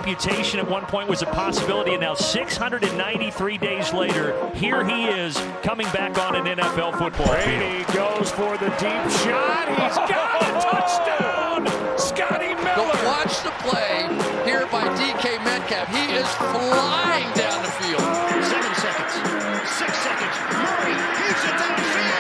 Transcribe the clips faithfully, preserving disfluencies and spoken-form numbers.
amputation at one point was a possibility, and now six hundred ninety-three days later, here he is coming back on an N F L football field. Brady goes for the deep shot. He's got a touchdown. Scotty Miller. But watch the play here by D K Metcalf. He is flying down the field. Seven seconds. Six seconds. Murray keeps it downfield.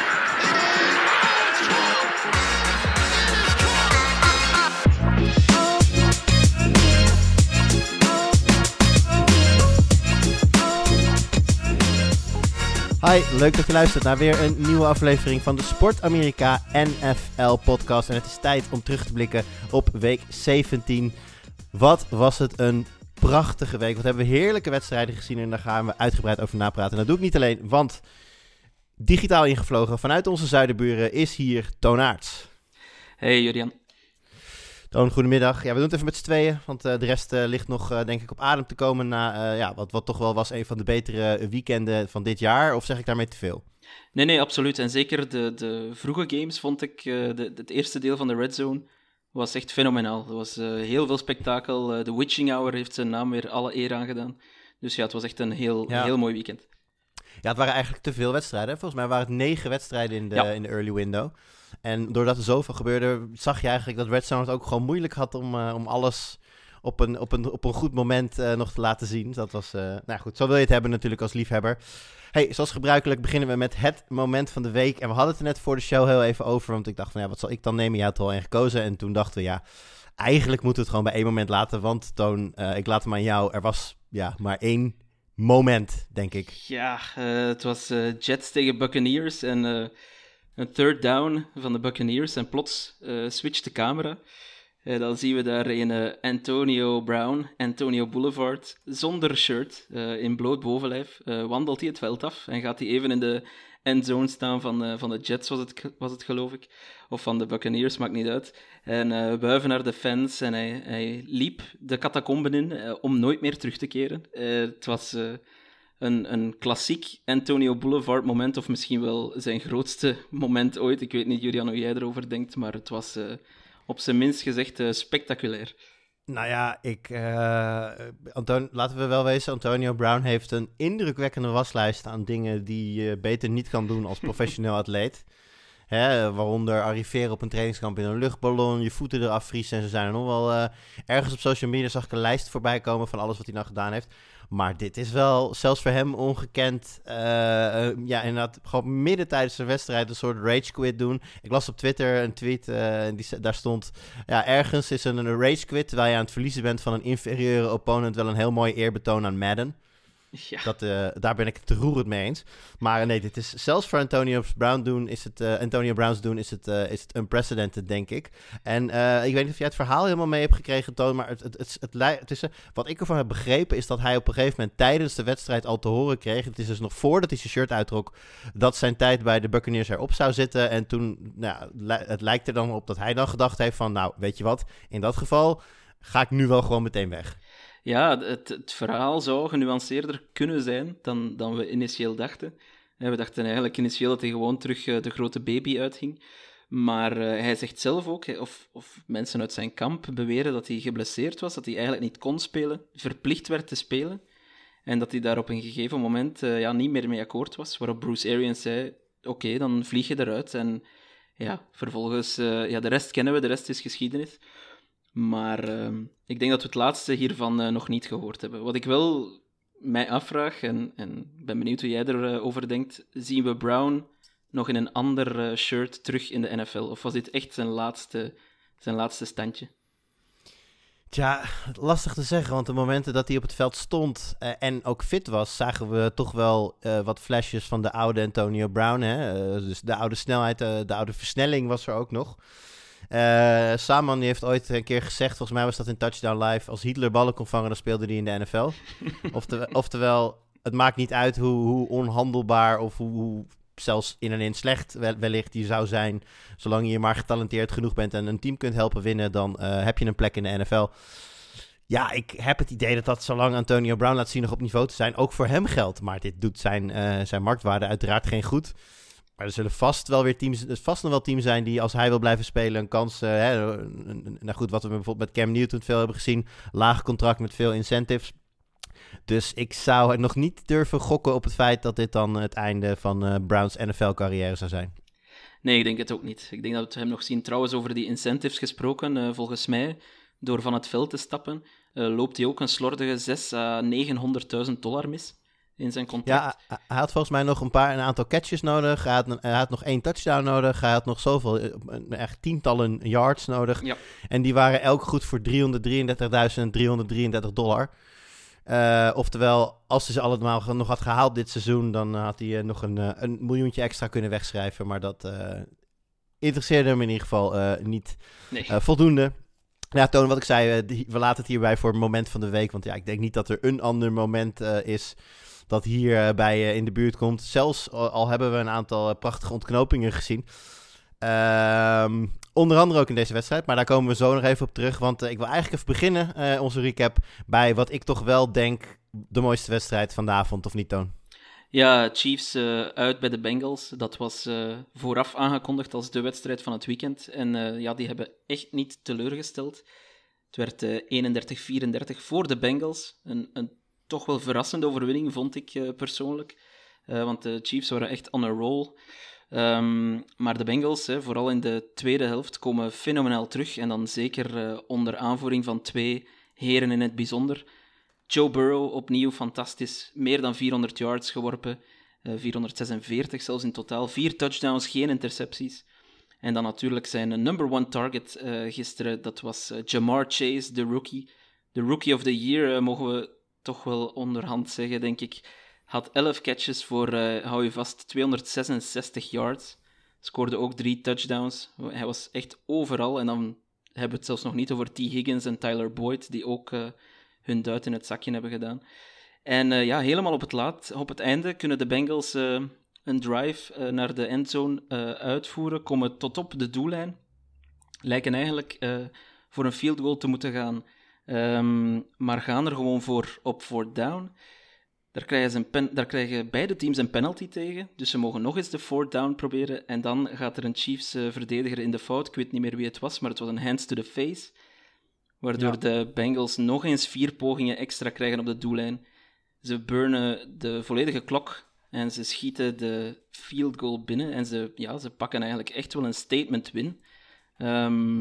Hi, leuk dat je luistert naar weer een nieuwe aflevering van de Sport Amerika N F L podcast. En het is tijd om terug te blikken op week zeventien. Wat was het een prachtige week. Wat hebben we heerlijke wedstrijden gezien en daar gaan we uitgebreid over napraten. En dat doe ik niet alleen, want digitaal ingevlogen vanuit onze zuidenburen is hier Toon Aerts. Hey Julian. Toon, goedemiddag. Ja, we doen het even met z'n tweeën, want uh, de rest uh, ligt nog uh, denk ik op adem te komen na uh, ja, wat, wat toch wel was een van de betere weekenden van dit jaar. Of zeg ik daarmee te veel? Nee, nee, absoluut. En zeker de, de vroege games vond ik, uh, de, het eerste deel van de Red Zone was echt fenomenaal. Er was uh, heel veel spektakel. Uh, de Witching Hour heeft zijn naam weer alle eer aangedaan. Dus ja, het was echt een heel, ja. heel mooi weekend. Ja, het waren eigenlijk te veel wedstrijden. Volgens mij waren het negen wedstrijden in de, ja. in de early window. En doordat er zoveel gebeurde, zag je eigenlijk dat Red Zone het ook gewoon moeilijk had om, uh, om alles op een, op een, op een goed moment uh, nog te laten zien. Dat was, uh, nou goed, zo wil je het hebben natuurlijk als liefhebber. Hey, zoals gebruikelijk beginnen we met het moment van de week. En we hadden het er net voor de show heel even over, want ik dacht van ja, wat zal ik dan nemen? Je had er al een gekozen en toen dachten we ja, eigenlijk moeten we het gewoon bij één moment laten. Want Toon, uh, ik laat hem aan jou. Er was ja, maar één moment, denk ik. Ja, uh, het was uh, Jets tegen Buccaneers en uh, een third down van de Buccaneers. En plots uh, switcht de camera. Uh, dan zien we daar een uh, Antonio Brown, Antonio Boulevard, zonder shirt, uh, in bloot bovenlijf. Uh, wandelt hij het veld af en gaat hij even in de endzone staan van, uh, van de Jets, was het, was het geloof ik. Of van de Buccaneers, maakt niet uit. En uh, wuiven naar de fans en hij, hij liep de catacomben in uh, om nooit meer terug te keren. Uh, het was uh, een, een klassiek Antonio Boulevard moment, of misschien wel zijn grootste moment ooit. Ik weet niet, Julian, hoe jij erover denkt, maar het was uh, op zijn minst gezegd uh, spectaculair. Nou ja, ik, uh, Anton, laten we wel wezen, Antonio Brown heeft een indrukwekkende waslijst aan dingen die je beter niet kan doen als professioneel atleet. Hè, waaronder arriveren op een trainingskamp in een luchtballon, je voeten eraf vriezen en zo zijn er nog wel. Uh, ergens op social media zag ik een lijst voorbij komen van alles wat hij nou gedaan heeft. Maar dit is wel, zelfs voor hem, ongekend. Uh, uh, ja, inderdaad, gewoon midden tijdens de wedstrijd een soort rage quit doen. Ik las op Twitter een tweet, uh, die, daar stond... Ja, ergens is een, een rage quit, terwijl je aan het verliezen bent van een inferieure opponent, wel een heel mooi eerbetoon aan Madden. Ja. Dat, uh, daar ben ik het te roerend mee eens. Maar nee, dit is zelfs voor Antonio Brown doen, is het, uh, Antonio Browns doen, is het, uh, is het unprecedented, denk ik. En uh, ik weet niet of jij het verhaal helemaal mee hebt gekregen, Toon, maar het, het, het, het, het, het is, uh, wat ik ervan heb begrepen is dat hij op een gegeven moment tijdens de wedstrijd al te horen kreeg, het is dus nog voordat hij zijn shirt uittrok, dat zijn tijd bij de Buccaneers erop zou zitten. En toen, nou, het lijkt er dan op dat hij dan gedacht heeft van, nou, weet je wat, in dat geval ga ik nu wel gewoon meteen weg. Ja, het, het verhaal zou genuanceerder kunnen zijn dan, dan we initieel dachten. We dachten eigenlijk initieel dat hij gewoon terug de grote baby uithing. Maar uh, hij zegt zelf ook, of, of mensen uit zijn kamp beweren dat hij geblesseerd was, dat hij eigenlijk niet kon spelen, verplicht werd te spelen. En dat hij daar op een gegeven moment uh, ja, niet meer mee akkoord was. Waarop Bruce Arians zei, oké, okay, dan vlieg je eruit. En ja, vervolgens, uh, ja, de rest kennen we, de rest is geschiedenis. Maar uh, ik denk dat we het laatste hiervan uh, nog niet gehoord hebben. Wat ik wel mij afvraag, en, en ben benieuwd hoe jij erover uh, denkt, zien we Brown nog in een ander uh, shirt terug in de N F L? Of was dit echt zijn laatste, zijn laatste standje? Tja, lastig te zeggen, want de momenten dat hij op het veld stond uh, en ook fit was, zagen we toch wel uh, wat flashes van de oude Antonio Brown. Hè? Uh, dus de oude snelheid, uh, de oude versnelling was er ook nog. Uh, Saman die heeft ooit een keer gezegd, volgens mij was dat in Touchdown Live, als Hitler ballen kon vangen, dan speelde hij in de N F L. Ofte, oftewel, het maakt niet uit hoe, hoe onhandelbaar of hoe, hoe zelfs in en in slecht wellicht die zou zijn. Zolang je maar getalenteerd genoeg bent en een team kunt helpen winnen, dan uh, heb je een plek in de N F L. Ja, ik heb het idee dat dat zolang Antonio Brown laat zien nog op niveau te zijn, ook voor hem geldt. Maar dit doet zijn, uh, zijn marktwaarde uiteraard geen goed. Maar er zullen vast wel weer teams, er vast nog wel teams zijn die als hij wil blijven spelen een kans, uh, hè, nou goed, wat we bijvoorbeeld met Cam Newton veel hebben gezien, laag contract met veel incentives. Dus ik zou nog niet durven gokken op het feit dat dit dan het einde van uh, Browns N F L-carrière zou zijn. Nee, ik denk het ook niet. Ik denk dat we hem nog zien. Trouwens, over die incentives gesproken, uh, volgens mij, door van het veld te stappen, uh, loopt hij ook een slordige zes à negenhonderdduizend dollar mis in zijn contract. Ja, hij had volgens mij nog een paar, een aantal catches nodig. Hij had, hij had nog één touchdown nodig. Hij had nog zoveel, echt tientallen yards nodig. Ja. En die waren elk goed voor driehonderddrieëndertigduizend driehonderddrieëntertig dollar. Uh, oftewel, als hij ze allemaal nog had gehaald dit seizoen, dan had hij uh, nog een, uh, een miljoentje extra kunnen wegschrijven. Maar dat uh, interesseerde hem in ieder geval uh, niet nee. uh, voldoende. Ja, Toon, wat ik zei, uh, die, we laten het hierbij voor het moment van de week. Want ja, ik denk niet dat er een ander moment uh, is dat hier uh, bij uh, in de buurt komt. Zelfs al, al hebben we een aantal uh, prachtige ontknopingen gezien. Um, onder andere ook in deze wedstrijd, maar daar komen we zo nog even op terug. Want uh, ik wil eigenlijk even beginnen, uh, onze recap, bij wat ik toch wel denk de mooiste wedstrijd van de avond, of niet, Toon? Ja, Chiefs uh, uit bij de Bengals. Dat was uh, vooraf aangekondigd als de wedstrijd van het weekend. En uh, ja, die hebben echt niet teleurgesteld. Het werd uh, eenendertig vierendertig voor de Bengals. Een, een toch wel verrassende overwinning, vond ik uh, persoonlijk. Uh, want de Chiefs waren echt on a roll. Um, maar de Bengals, hè, vooral in de tweede helft, komen fenomenaal terug. En dan zeker uh, onder aanvoering van twee heren in het bijzonder. Joe Burrow, opnieuw fantastisch. Meer dan vierhonderd yards geworpen. Uh, vierhonderdzesenveertig zelfs in totaal. Vier touchdowns, geen intercepties. En dan natuurlijk zijn uh, number one target uh, gisteren. Dat was uh, Jamar Chase, de rookie. De rookie of the year, uh, mogen we toch wel onderhand zeggen, denk ik. Had elf catches voor, uh, hou je vast, tweehonderdzesenzestig yards. Scoorde ook drie touchdowns. Hij was echt overal. En dan hebben we het zelfs nog niet over T. Higgins en Tyler Boyd, die ook uh, hun duit in het zakje hebben gedaan. En uh, ja, helemaal op het, laat, op het einde kunnen de Bengals uh, een drive uh, naar de endzone uh, uitvoeren, komen tot op de doellijn. Lijken eigenlijk uh, voor een field goal te moeten gaan, um, maar gaan er gewoon voor op fourth down. Daar krijgen, ze een pen, daar krijgen beide teams een penalty tegen, dus ze mogen nog eens de fourth down proberen. En dan gaat er een Chiefs-verdediger uh, in de fout. Ik weet niet meer wie het was, maar het was een hands to the face. Waardoor ja. de Bengals nog eens vier pogingen extra krijgen op de doellijn. Ze burnen de volledige klok en ze schieten de field goal binnen. En ze, ja, ze pakken eigenlijk echt wel een statement win. Um,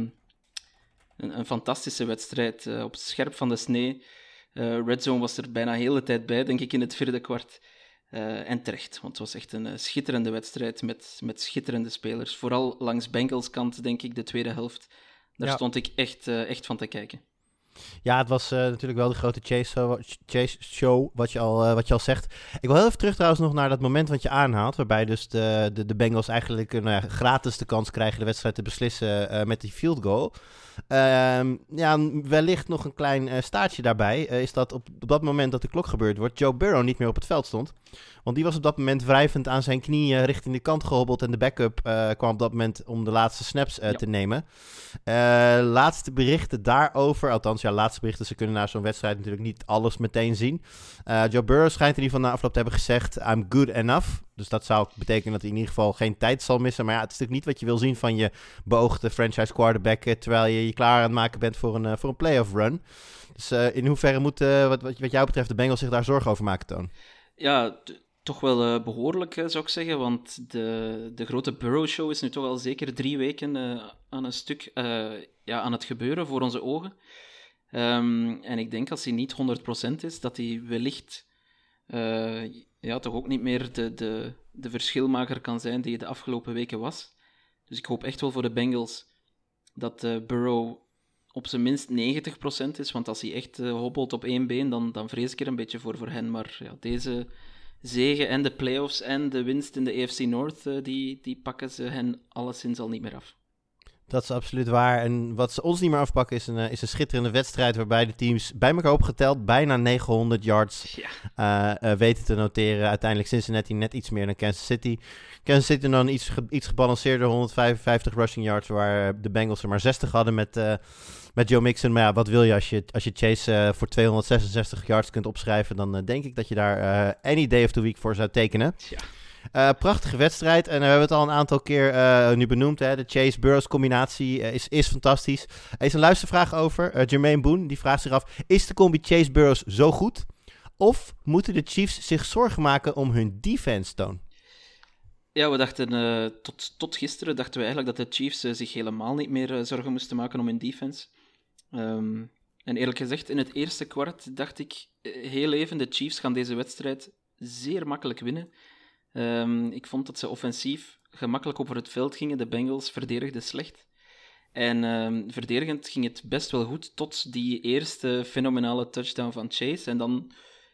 een, een fantastische wedstrijd, uh, op het scherp van de snee. Uh, Red Zone was er bijna de hele tijd bij, denk ik, in het vierde kwart. Uh, en terecht, want het was echt een uh, schitterende wedstrijd met, met schitterende spelers. Vooral langs Bengals kant, denk ik, de tweede helft. Daar ja. stond ik echt, uh, echt van te kijken. Ja, het was uh, natuurlijk wel de grote chase show, chase show wat, je al, uh, wat je al zegt. Ik wil heel even terug trouwens nog naar dat moment wat je aanhaalt, waarbij dus de, de, de Bengals eigenlijk uh, nou ja, gratis de kans krijgen de wedstrijd te beslissen uh, met die field goal. Uh, ja, wellicht nog een klein uh, staartje daarbij uh, is dat op, op dat moment dat de klok gebeurd wordt, Joe Burrow niet meer op het veld stond. Want die was op dat moment wrijvend aan zijn knie uh, richting de kant gehobbeld en de backup uh, kwam op dat moment om de laatste snaps uh, ja. te nemen. Uh, laatste berichten daarover, althans ja, laatste berichten, ze kunnen na zo'n wedstrijd natuurlijk niet alles meteen zien. Uh, Joe Burrow schijnt in ieder geval na afloop te hebben gezegd, I'm good enough. Dus dat zou betekenen dat hij in ieder geval geen tijd zal missen. Maar ja, het is natuurlijk niet wat je wil zien van je beoogde franchise quarterback, uh, terwijl je je klaar aan het maken bent voor een, uh, voor een playoff run. Dus uh, in hoeverre moeten, uh, wat, wat jou betreft, de Bengals zich daar zorgen over maken, Toon? Ja, t- toch wel uh, behoorlijk, uh, zou ik zeggen. Want de, de grote Burrow-show is nu toch al zeker drie weken uh, aan een stuk uh, ja, aan het gebeuren voor onze ogen. Um, en ik denk als hij niet honderd procent is, dat hij wellicht uh, ja, toch ook niet meer de, de, de verschilmaker kan zijn die hij de afgelopen weken was. Dus ik hoop echt wel voor de Bengals dat uh, Burrow op zijn minst negentig procent is. Want als hij echt uh, hobbelt op één been, dan, dan vrees ik er een beetje voor voor hen. Maar ja, deze zege en de playoffs en de winst in de A F C North, uh, die, die pakken ze hen alleszins al niet meer af. Dat is absoluut waar. En wat ze ons niet meer afpakken is een, uh, is een schitterende wedstrijd waarbij de teams bij elkaar opgeteld bijna negenhonderd yards ja. uh, uh, weten te noteren. Uiteindelijk Cincinnati net iets meer dan Kansas City. Kansas City dan iets, ge- iets gebalanceerder, honderdvijfenvijftig rushing yards, waar de Bengals er maar zestig hadden met, uh, met Joe Mixon. Maar ja, wat wil je als je, als je Chase uh, voor tweehonderdzesenzestig yards kunt opschrijven, dan uh, denk ik dat je daar uh, any day of the week voor zou tekenen. Ja. Uh, prachtige wedstrijd. En we hebben het al een aantal keer uh, nu benoemd. Hè? De Chase-Burrows combinatie uh, is, is fantastisch. Er is een luistervraag over. Uh, Jermaine Boone die vraagt zich af. Is de combi Chase-Burrows zo goed? Of moeten de Chiefs zich zorgen maken om hun defense, Toon? Ja, we dachten uh, tot, tot gisteren dachten we eigenlijk dat de Chiefs uh, zich helemaal niet meer uh, zorgen moesten maken om hun defense. Um, en eerlijk gezegd, in het eerste kwart dacht ik uh, heel even, de Chiefs gaan deze wedstrijd zeer makkelijk winnen. Um, ik vond dat ze offensief gemakkelijk over het veld gingen. De Bengals verdedigden slecht. En um, verdedigend ging het best wel goed tot die eerste fenomenale touchdown van Chase. En dan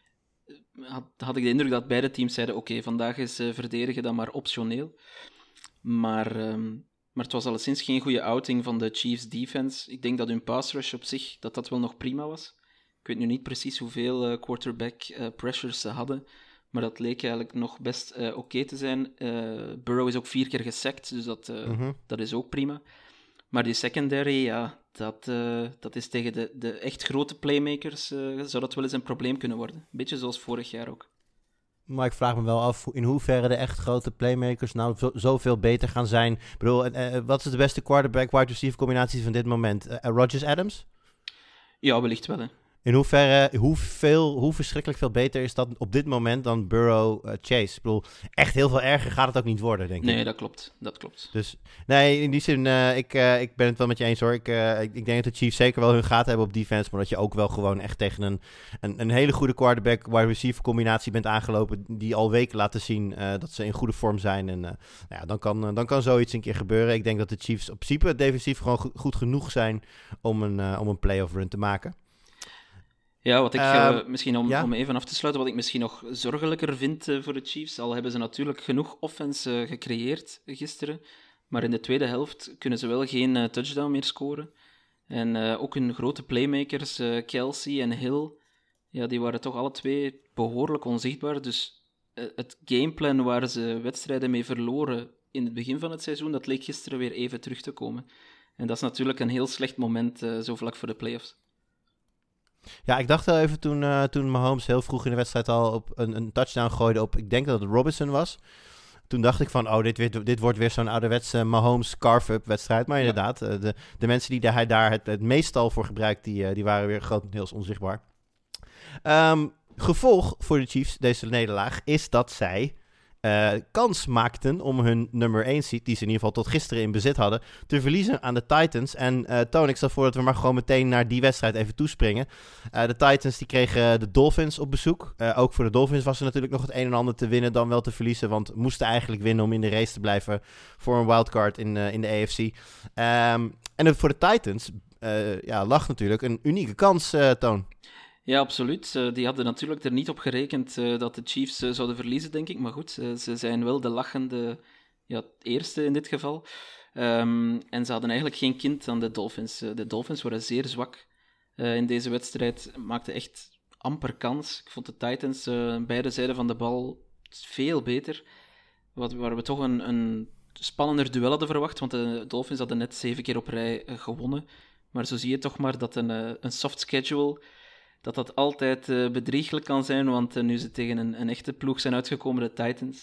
had, had ik de indruk dat beide teams zeiden, oké, okay, vandaag is uh, verdedigen dan maar optioneel. Maar, um, maar het was alleszins geen goede outing van de Chiefs defense. Ik denk dat hun pass rush op zich, dat dat wel nog prima was. Ik weet nu niet precies hoeveel uh, quarterback uh, pressures ze hadden. Maar dat leek eigenlijk nog best uh, oké okay te zijn. Uh, Burrow is ook vier keer gesackt, dus dat, uh, mm-hmm. dat is ook prima. Maar die secondary, ja, dat, uh, dat is tegen de, de echt grote playmakers, uh, zou dat wel eens een probleem kunnen worden. Beetje zoals vorig jaar ook. Maar ik vraag me wel af in hoeverre de echt grote playmakers nou zo, zoveel beter gaan zijn. Ik bedoel, uh, wat is de beste quarterback-wide receiver combinatie van dit moment? Uh, Rodgers-Adams? Ja, wellicht wel, hè. In hoeverre, hoeveel, hoe verschrikkelijk veel beter is dat op dit moment dan Burrow-Chase? Uh, ik bedoel, echt heel veel erger gaat het ook niet worden, denk ik. Nee, dat klopt. Dat klopt. Dus, nee, in die zin, uh, ik, uh, ik ben het wel met je eens, hoor. Ik, uh, ik, ik denk dat de Chiefs zeker wel hun gaten hebben op defense, maar dat je ook wel gewoon echt tegen een, een, een hele goede quarterback-wide receiver combinatie bent aangelopen, die al weken laten zien uh, dat ze in goede vorm zijn. En uh, nou ja, dan kan, uh, dan kan zoiets een keer gebeuren. Ik denk dat de Chiefs op principe defensief gewoon go- goed genoeg zijn om een, uh, om een playoff run te maken. Ja, wat ik uh, uh, misschien om, ja? om even af te sluiten, wat ik misschien nog zorgelijker vind uh, voor de Chiefs, al hebben ze natuurlijk genoeg offense uh, gecreëerd gisteren, maar in de tweede helft kunnen ze wel geen uh, touchdown meer scoren. En uh, ook hun grote playmakers, uh, Kelsey en Hill, ja, die waren toch alle twee behoorlijk onzichtbaar. Dus uh, het gameplan waar ze wedstrijden mee verloren in het begin van het seizoen, dat leek gisteren weer even terug te komen. En dat is natuurlijk een heel slecht moment, uh, zo vlak voor de playoffs. Ja, ik dacht wel even toen, uh, toen Mahomes heel vroeg in de wedstrijd al op een, een touchdown gooide op, ik denk dat het Robinson was. Toen dacht ik van, oh, dit, dit, dit wordt weer zo'n ouderwetse Mahomes carve-up wedstrijd. Maar inderdaad, uh, de, de mensen die hij daar het, het meestal voor gebruikt, die, uh, die waren weer grotendeels onzichtbaar. Um, gevolg voor de Chiefs, deze nederlaag, is dat zij uh, kans maakten om hun nummer één seed, die ze in ieder geval tot gisteren in bezit hadden, te verliezen aan de Titans. En uh, Toon, ik stel voor dat we maar gewoon meteen naar die wedstrijd even toespringen. Uh, de Titans die kregen de Dolphins op bezoek. Uh, ook voor de Dolphins was er natuurlijk nog het een en ander te winnen dan wel te verliezen, want moesten eigenlijk winnen om in de race te blijven voor een wildcard in, uh, in de A F C. Um, en voor de Titans uh, ja, lag natuurlijk een unieke kans, uh, Toon. Ja, absoluut. Uh, die hadden natuurlijk er niet op gerekend uh, dat de Chiefs uh, zouden verliezen, denk ik. Maar goed, uh, ze zijn wel de lachende ja, eerste in dit geval. Um, en ze hadden eigenlijk geen kind aan de Dolphins. Uh, de Dolphins waren zeer zwak uh, in deze wedstrijd. Maakten echt amper kans. Ik vond de Titans uh, aan beide zijden van de bal veel beter. Wat, waar we toch een, een spannender duel hadden verwacht. Want de Dolphins hadden net zeven keer op rij uh, gewonnen. Maar zo zie je toch maar dat een, uh, een soft schedule, dat dat altijd uh, bedrieglijk kan zijn, want uh, nu ze tegen een, een echte ploeg zijn uitgekomen, de Titans,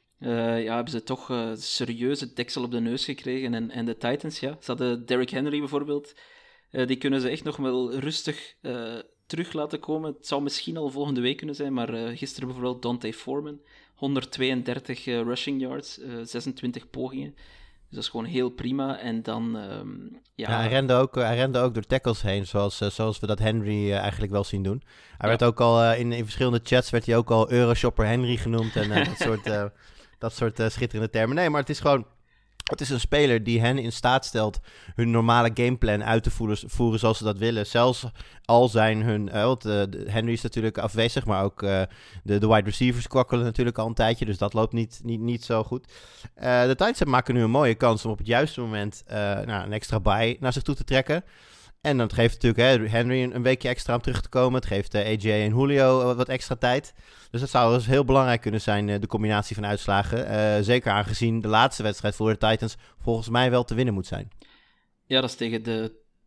uh, ja, hebben ze toch uh, serieuze deksel op de neus gekregen. En, en de Titans, ja, ze hadden Derrick Henry bijvoorbeeld, uh, die kunnen ze echt nog wel rustig uh, terug laten komen. Het zou misschien al volgende week kunnen zijn, maar uh, gisteren bijvoorbeeld Dante Foreman, honderdtweeëndertig uh, rushing yards, uh, zesentwintig pogingen. Dus dat is gewoon heel prima. En dan, um, ja... ja hij, rende ook, hij rende ook door tackles heen, zoals, uh, zoals we dat Henry uh, eigenlijk wel zien doen. Hij ja. werd ook al uh, in, in verschillende chats werd hij ook al Euroshopper Henry genoemd en uh, dat soort, uh, dat soort uh, schitterende termen. Nee, maar het is gewoon... Het is een speler die hen in staat stelt hun normale gameplan uit te voeren, voeren zoals ze dat willen. Zelfs al zijn hun... Uh, want, uh, Henry is natuurlijk afwezig, maar ook uh, de, de wide receivers kwakkelen natuurlijk al een tijdje. Dus dat loopt niet, niet, niet zo goed. Uh, de Titans maken nu een mooie kans om op het juiste moment uh, nou, een extra bye naar zich toe te trekken. En dan geeft natuurlijk hè, Henry een, een weekje extra om terug te komen. Het geeft uh, A J en Julio uh, wat extra tijd. Dus dat zou dus heel belangrijk kunnen zijn, uh, de combinatie van uitslagen. Uh, zeker aangezien de laatste wedstrijd voor de Titans volgens mij wel te winnen moet zijn. Ja, dat is tegen de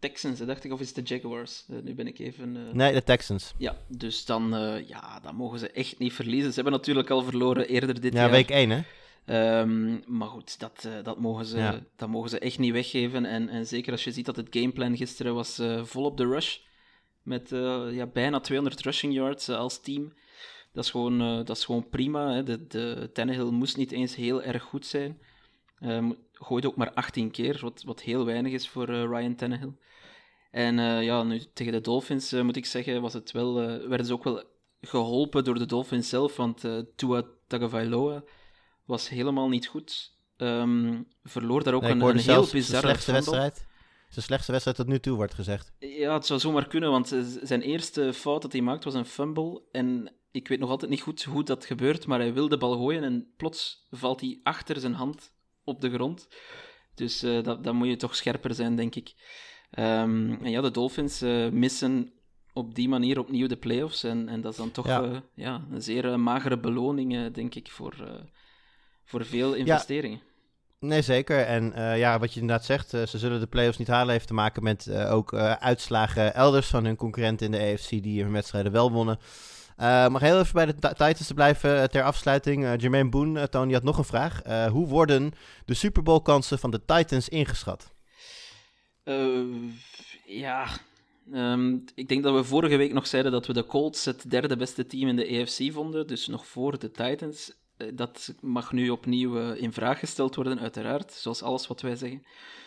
Texans, dacht ik, of is het de Jaguars? Uh, nu ben ik even... Uh... Nee, de Texans. Ja, dus dan, uh, ja, dan mogen ze echt niet verliezen. Ze hebben natuurlijk al verloren eerder dit ja, jaar. Ja, week één, hè? Um, maar goed, dat, uh, dat, mogen ze, ja. dat mogen ze echt niet weggeven. En, en zeker als je ziet dat het gameplan gisteren was uh, vol op de rush. Met uh, ja, bijna tweehonderd rushing yards uh, als team. Dat is gewoon, uh, dat is gewoon prima. Hè. De, de Tannehill moest niet eens heel erg goed zijn. Uh, gooide ook maar achttien keer, wat, wat heel weinig is voor uh, Ryan Tannehill. En uh, ja, nu tegen de Dolphins uh, moet ik zeggen, was het wel, uh, werden ze ook wel geholpen door de Dolphins zelf. Want uh, Tua Tagovailoa was helemaal niet goed. Um, verloor daar ook nee, een, een heel bizarre slechtste wedstrijd. Zijn slechtste wedstrijd tot nu toe, wordt gezegd. Ja, het zou zomaar kunnen, want zijn eerste fout dat hij maakte was een fumble. En ik weet nog altijd niet goed hoe dat gebeurt, maar hij wil de bal gooien en plots valt hij achter zijn hand op de grond. Dus uh, dat, dan moet je toch scherper zijn, denk ik. Um, en ja, de Dolphins uh, missen op die manier opnieuw de playoffs. En, en dat is dan toch ja. Uh, ja, een zeer uh, magere beloning, uh, denk ik, voor, uh, voor veel investeringen. Ja. Nee, zeker. En uh, ja, wat je inderdaad zegt, uh, ze zullen de play-offs niet halen. Heeft te maken met uh, ook uh, uitslagen elders van hun concurrenten in de A F C die hun wedstrijden wel wonnen. Uh, mag heel even bij de t- Titans te blijven uh, ter afsluiting. Uh, Jermaine Boone, uh, Tony had nog een vraag. Uh, hoe worden de Super Bowl kansen van de Titans ingeschat? Uh, ja, um, ik denk dat we vorige week nog zeiden dat we de Colts het derde beste team in de A F C vonden. Dus nog voor de Titans. Dat mag nu opnieuw uh, in vraag gesteld worden, uiteraard, zoals alles wat wij zeggen.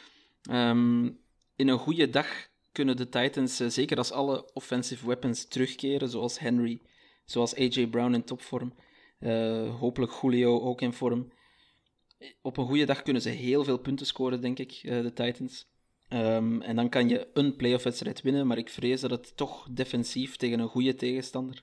Um, in een goede dag kunnen de Titans, uh, zeker als alle offensive weapons terugkeren, zoals Henry, zoals A J Brown in topvorm, uh, hopelijk Julio ook in vorm. Op een goede dag kunnen ze heel veel punten scoren, denk ik, uh, de Titans. Um, en dan kan je een playoff-wedstrijd winnen, maar ik vrees dat het toch defensief tegen een goede tegenstander...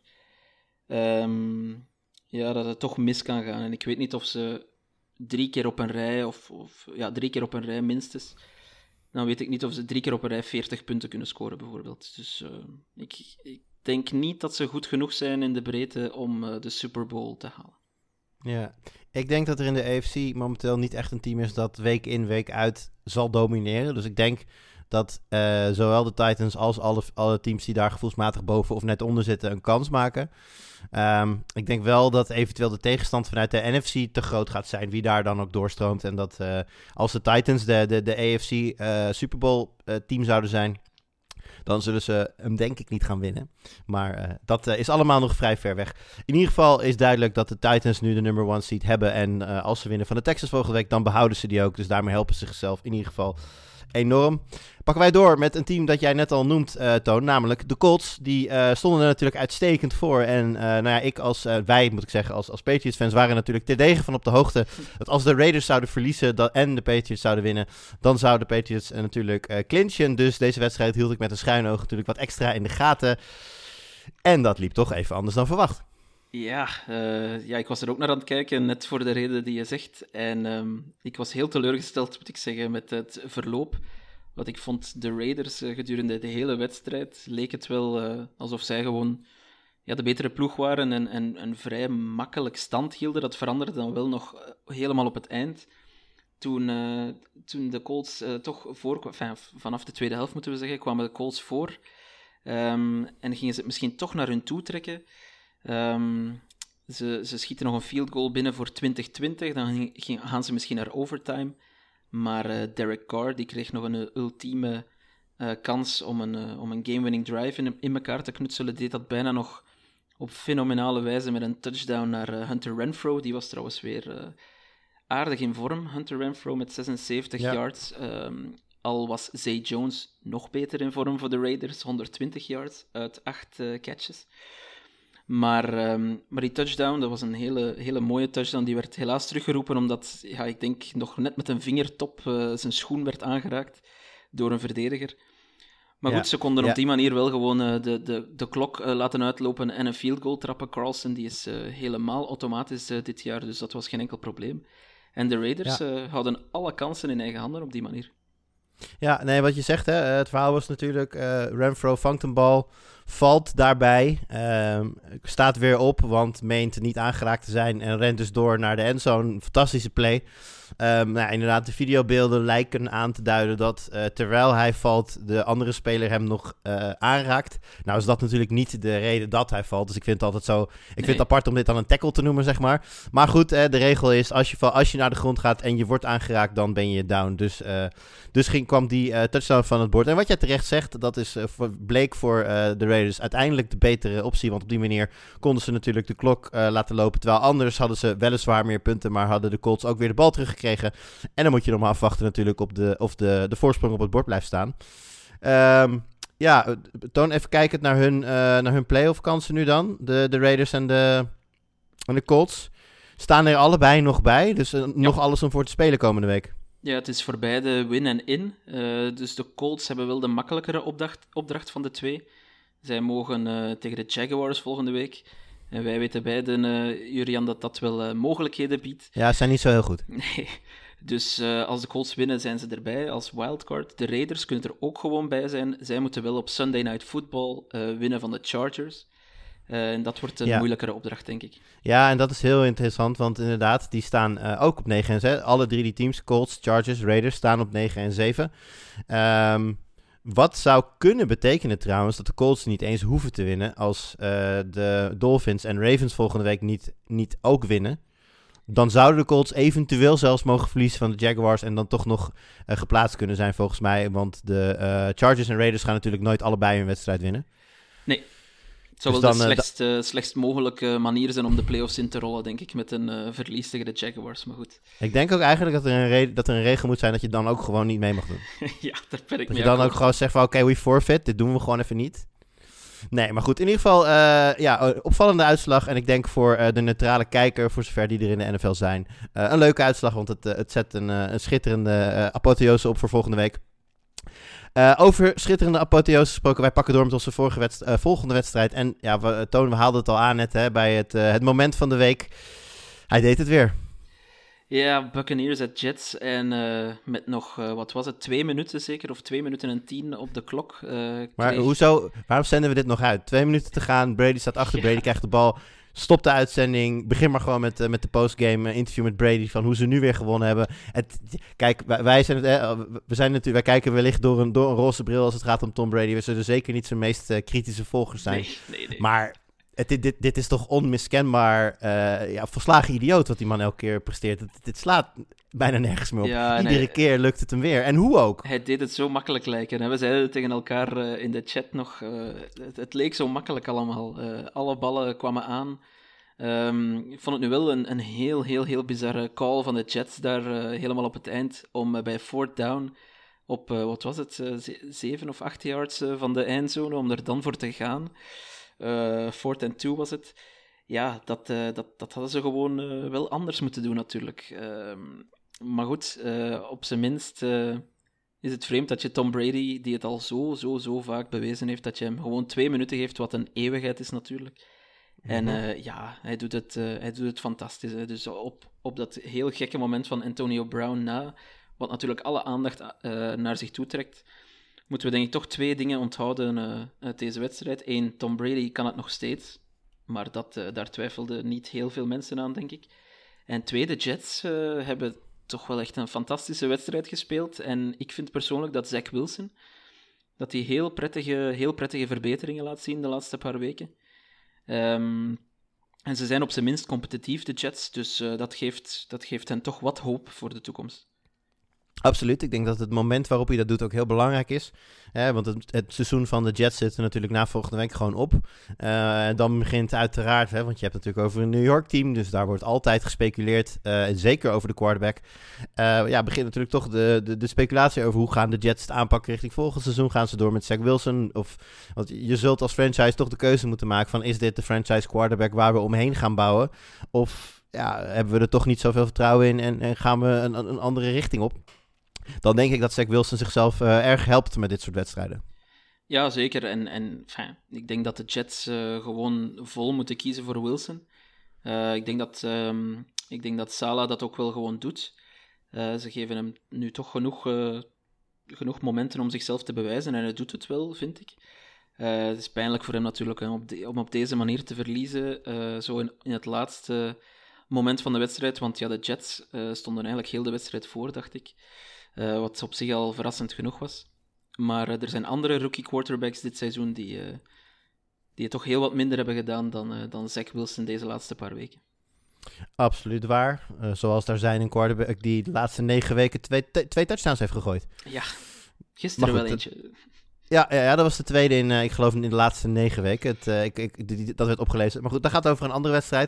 Um, Ja, dat het toch mis kan gaan. En ik weet niet of ze drie keer op een rij, of, of ja, drie keer op een rij minstens, dan weet ik niet of ze drie keer op een rij veertig punten kunnen scoren, bijvoorbeeld. Dus uh, ik, ik denk niet dat ze goed genoeg zijn in de breedte om uh, de Super Bowl te halen. Ja, ik denk dat er in de A F C momenteel niet echt een team is dat week in, week uit zal domineren. Dus ik denk dat uh, zowel de Titans als alle, alle teams die daar gevoelsmatig boven of net onder zitten een kans maken. Um, ik denk wel dat eventueel de tegenstand vanuit de N F C te groot gaat zijn, wie daar dan ook doorstroomt. En dat uh, als de Titans de, de, de A F C uh, Super Bowl uh, team zouden zijn, dan zullen ze hem denk ik niet gaan winnen. Maar uh, dat uh, is allemaal nog vrij ver weg. In ieder geval is duidelijk dat de Titans nu de number one seed hebben. En uh, als ze winnen van de Texans volgende week, dan behouden ze die ook. Dus daarmee helpen ze zichzelf in ieder geval enorm. Pakken wij door met een team dat jij net al noemt, uh, Toon, namelijk de Colts. Die uh, stonden er natuurlijk uitstekend voor. En uh, nou ja, ik als, uh, wij moet ik zeggen, als, als Patriots-fans waren natuurlijk terdege van op de hoogte dat als de Raiders zouden verliezen dat, en de Patriots zouden winnen, dan zouden de Patriots uh, natuurlijk uh, clinchen. Dus deze wedstrijd hield ik met een schuin oog natuurlijk wat extra in de gaten. En dat liep toch even anders dan verwacht. Ja, uh, ja, ik was er ook naar aan het kijken, net voor de reden die je zegt. En um, ik was heel teleurgesteld, moet ik zeggen, met het verloop. Wat ik vond, de Raiders uh, gedurende de hele wedstrijd leek het wel uh, alsof zij gewoon ja, de betere ploeg waren en, en, en vrij makkelijk stand hielden. Dat veranderde dan wel nog uh, helemaal op het eind. Toen, uh, toen de Colts uh, toch voor, enfin, vanaf de tweede helft moeten we zeggen, kwamen de Colts voor. Um, en gingen ze het misschien toch naar hun toe trekken. Um, ze, ze schieten nog een field goal binnen voor twintig twintig, dan ging, ging, gaan ze misschien naar overtime. Maar uh, Derek Carr die kreeg nog een uh, ultieme uh, kans om een, uh, om een game-winning drive in, in elkaar te knutselen. Deed dat bijna nog op fenomenale wijze met een touchdown naar uh, Hunter Renfrow. Die was trouwens weer uh, aardig in vorm, Hunter Renfrow met zesenzeventig ja. yards. Um, al was Zay Jones nog beter in vorm voor de Raiders, honderdtwintig yards uit acht uh, catches. Maar, um, maar die touchdown, dat was een hele, hele mooie touchdown. Die werd helaas teruggeroepen omdat, ja, ik denk, nog net met een vingertop uh, zijn schoen werd aangeraakt door een verdediger. Maar ja, goed, ze konden ja. op die manier wel gewoon uh, de, de, de klok uh, laten uitlopen en een field goal trappen. Carlson die is uh, helemaal automatisch uh, dit jaar, dus dat was geen enkel probleem. En de Raiders ja. uh, houden alle kansen in eigen handen op die manier. Ja, nee, wat je zegt, hè, het verhaal was natuurlijk, uh, Renfrow vangt een bal, valt daarbij, uh, staat weer op, want meent niet aangeraakt te zijn en rent dus door naar de endzone. Fantastische play. Um, nou, inderdaad, de videobeelden lijken aan te duiden dat uh, terwijl hij valt, de andere speler hem nog uh, aanraakt. Nou is dat natuurlijk niet de reden dat hij valt. Dus ik vind het altijd zo... Ik vind nee. het apart om dit dan een tackle te noemen, zeg maar. Maar goed, uh, de regel is, als je, als je naar de grond gaat en je wordt aangeraakt, dan ben je down. Dus, uh, dus ging, kwam die uh, touchdown van het bord. En wat jij terecht zegt, dat is, uh, voor, bleek voor uh, de Raiders uiteindelijk de betere optie. Want op die manier konden ze natuurlijk de klok uh, laten lopen. Terwijl anders hadden ze weliswaar meer punten, maar hadden de Colts ook weer de bal teruggekregen. En dan moet je nog maar afwachten natuurlijk op de, of de, de voorsprong op het bord blijft staan. Um, ja, Toon, even kijkend naar hun, uh, naar hun playoff kansen nu dan. De, de Raiders en de, en de Colts. Staan er allebei nog bij, dus uh, nog ja. alles om voor te spelen komende week. Ja, het is voor beide win en in. Uh, dus de Colts hebben wel de makkelijkere opdracht, opdracht van de twee. Zij mogen uh, tegen de Jaguars volgende week. En wij weten beiden, uh, Jurian, dat dat wel uh, mogelijkheden biedt. Ja, ze zijn niet zo heel goed. Nee. Dus uh, als de Colts winnen, zijn ze erbij als wildcard. De Raiders kunnen er ook gewoon bij zijn. Zij moeten wel op Sunday Night Football uh, winnen van de Chargers. Uh, en dat wordt een ja. moeilijkere opdracht, denk ik. Ja, en dat is heel interessant, want inderdaad, die staan uh, ook op negen en zeven. Alle drie die teams, Colts, Chargers, Raiders, staan op negen en zeven. Um, wat zou kunnen betekenen trouwens dat de Colts niet eens hoeven te winnen als uh, de Dolphins en Ravens volgende week niet, niet ook winnen. Dan zouden de Colts eventueel zelfs mogen verliezen van de Jaguars en dan toch nog uh, geplaatst kunnen zijn volgens mij. Want de uh, Chargers en Raiders gaan natuurlijk nooit allebei een wedstrijd winnen. Nee. Het zou dus wel dan, de slechtst, uh, da- slechtst mogelijke manier zijn om de playoffs in te rollen, denk ik, met een uh, verlies tegen de Jaguars, maar goed. Ik denk ook eigenlijk dat er een, re- dat er een regel moet zijn dat je dan ook gewoon niet mee mag doen. Ja, daar ben ik Dat mee je dan akkoord. ook gewoon zegt van, oké, okay, we forfeit, dit doen we gewoon even niet. Nee, maar goed, in ieder geval, uh, ja, opvallende uitslag. En ik denk voor uh, de neutrale kijker, voor zover die er in de N F L zijn, uh, een leuke uitslag, want het, uh, het zet een, uh, een schitterende uh, apotheose op voor volgende week. Uh, over schitterende apotheose gesproken, wij pakken door met onze vorige wedst- uh, volgende wedstrijd. En ja, we, Toon, we haalden het al aan net hè, bij het, uh, het moment van de week. Hij deed het weer. Ja, Buccaneers at Jets. En uh, met nog, uh, wat was het, twee minuten zeker? Of twee minuten en tien op de klok. Uh, maar kreeg... hoezo, waarom zenden we dit nog uit? Twee minuten te gaan, Brady staat achter, ja. Brady krijgt de bal. Stop de uitzending. Begin maar gewoon met, uh, met de postgame uh, interview met Brady van hoe ze nu weer gewonnen hebben. Het, kijk, wij, wij zijn het, eh, we zijn natuurlijk, wij kijken wellicht door een, door een roze bril als het gaat om Tom Brady. We zullen zeker niet zijn meest uh, kritische volgers zijn. Nee, nee, nee. Maar het, dit, dit, dit is toch onmiskenbaar uh, ja, volslagen idioot wat die man elke keer presteert. Het, dit slaat bijna nergens meer op. Ja, Iedere hij, keer lukt het hem weer. En hoe ook. Hij deed het zo makkelijk lijken. Hè? We zeiden tegen elkaar uh, in de chat nog, uh, het, het leek zo makkelijk allemaal. Uh, alle ballen kwamen aan. Um, ik vond het nu wel een, een heel, heel, heel bizarre call van de Jets daar uh, helemaal op het eind om uh, bij fourth down op, uh, wat was het, uh, ze- zeven of acht yards uh, van de eindzone, om er dan voor te gaan. Uh, fourth and two was het. Ja, dat, uh, dat, dat hadden ze gewoon uh, wel anders moeten doen natuurlijk. Um, maar goed, uh, op zijn minst uh, is het vreemd dat je Tom Brady, die het al zo, zo, zo vaak bewezen heeft, dat je hem gewoon twee minuten geeft, wat een eeuwigheid is natuurlijk. En uh, ja, hij doet het, uh, hij doet het fantastisch. Hè. Dus op, op dat heel gekke moment van Antonio Brown na, wat natuurlijk alle aandacht uh, naar zich toe trekt, moeten we denk ik toch twee dingen onthouden uh, uit deze wedstrijd. Eén, Tom Brady kan het nog steeds, maar dat, uh, daar twijfelden niet heel veel mensen aan, denk ik. En twee, de Jets uh, hebben toch wel echt een fantastische wedstrijd gespeeld. En ik vind persoonlijk dat Zach Wilson, dat hij heel prettige, heel prettige verbeteringen laat zien de laatste paar weken. Um, en ze zijn op zijn minst competitief, de Jets, dus uh, dat, geeft, dat geeft hen toch wat hoop voor de toekomst. Absoluut, ik denk dat het moment waarop hij dat doet ook heel belangrijk is. Hè, want het, het seizoen van de Jets zit er natuurlijk na volgende week gewoon op. Uh, en dan begint uiteraard, hè, want je hebt het natuurlijk over een New York team, dus daar wordt altijd gespeculeerd, uh, zeker over de quarterback. Uh, ja, begint natuurlijk toch de, de, de speculatie over hoe gaan de Jets het aanpakken richting volgend seizoen. Gaan ze door met Zach Wilson? Of, want je zult als franchise toch de keuze moeten maken van, is dit de franchise quarterback waar we omheen gaan bouwen? Of ja, hebben we er toch niet zoveel vertrouwen in en, en gaan we een, een andere richting op? Dan denk ik dat Zach Wilson zichzelf uh, erg helpt met dit soort wedstrijden. Ja, zeker. En, en enfin, ik denk dat de Jets uh, gewoon vol moeten kiezen voor Wilson. Uh, ik, denk dat, um, ik denk dat Salah dat ook wel gewoon doet. Uh, ze geven hem nu toch genoeg, uh, genoeg momenten om zichzelf te bewijzen. En hij doet het wel, vind ik. Uh, het is pijnlijk voor hem natuurlijk hè, om, op de, om op deze manier te verliezen. Uh, zo in, in het laatste moment van de wedstrijd, want ja, de Jets uh, stonden eigenlijk heel de wedstrijd voor, dacht ik. Uh, wat op zich al verrassend genoeg was. Maar uh, er zijn andere rookie quarterbacks dit seizoen die, uh, die het toch heel wat minder hebben gedaan dan, uh, dan Zach Wilson deze laatste paar weken. Absoluut waar. Uh, zoals daar zijn een quarterback die de laatste negen weken twee, t- twee touchdowns heeft gegooid. Ja, gisteren goed, wel eentje. Ja, ja, ja, dat was de tweede in, uh, ik geloof in de laatste negen weken. Het, uh, ik, ik, die, die, dat werd opgelezen. Maar goed, dat gaat over een andere wedstrijd.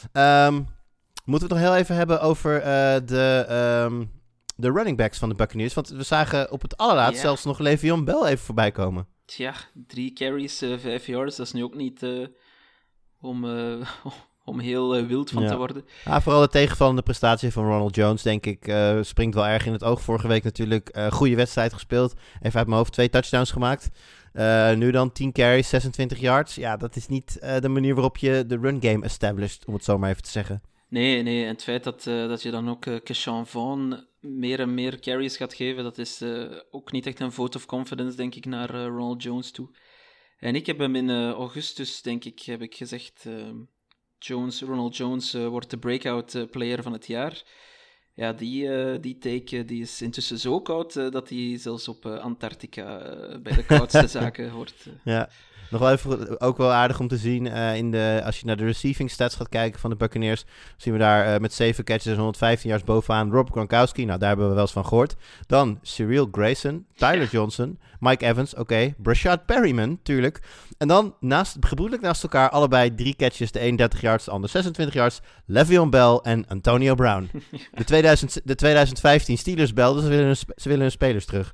Um, moeten we het nog heel even hebben over uh, de, um, de running backs van de Buccaneers. Want we zagen op het allerlaatst ja. zelfs nog Le'Veon Bell even voorbij komen. Tja, drie carries, uh, vijf yards. Dat is nu ook niet uh, om... Uh, om heel uh, wild van ja. te worden. Ja, vooral de tegenvallende prestatie van Ronald Jones, denk ik, uh, springt wel erg in het oog. Vorige week natuurlijk uh, goede wedstrijd gespeeld. Even uit mijn hoofd twee touchdowns gemaakt. Uh, nu dan tien carries, zesentwintig yards. Ja, dat is niet uh, de manier waarop je de run game established, om het zo maar even te zeggen. Nee, nee. En het feit dat, uh, dat je dan ook uh, Keshawn Vaughn meer en meer carries gaat geven, dat is uh, ook niet echt een vote of confidence, denk ik, naar uh, Ronald Jones toe. En ik heb hem in uh, augustus, denk ik, heb ik gezegd... Uh, Jones, Ronald Jones uh, wordt de breakout uh, player van het jaar. Ja, die, uh, die take uh, die is intussen zo koud uh, dat hij zelfs op uh, Antarctica uh, bij de koudste zaken hoort. Uh. Ja, nog wel even ook wel aardig om te zien. Uh, in de, als je naar de receiving stats gaat kijken van de Buccaneers, zien we daar uh, met zeven catches en honderdvijftien yards bovenaan Rob Gronkowski. Nou, daar hebben we wel eens van gehoord. Dan Cyril Grayson, Tyler ja. Johnson, Mike Evans, oké. Okay. Brashad Perryman, tuurlijk. En dan naast, gebroedelijk naast elkaar allebei drie catches, de eenendertig yards, de ander zesentwintig yards. Le'Veon Bell en Antonio Brown. De, tweeduizend, de tweeduizend vijftien Steelers belden, ze willen hun, ze willen hun spelers terug.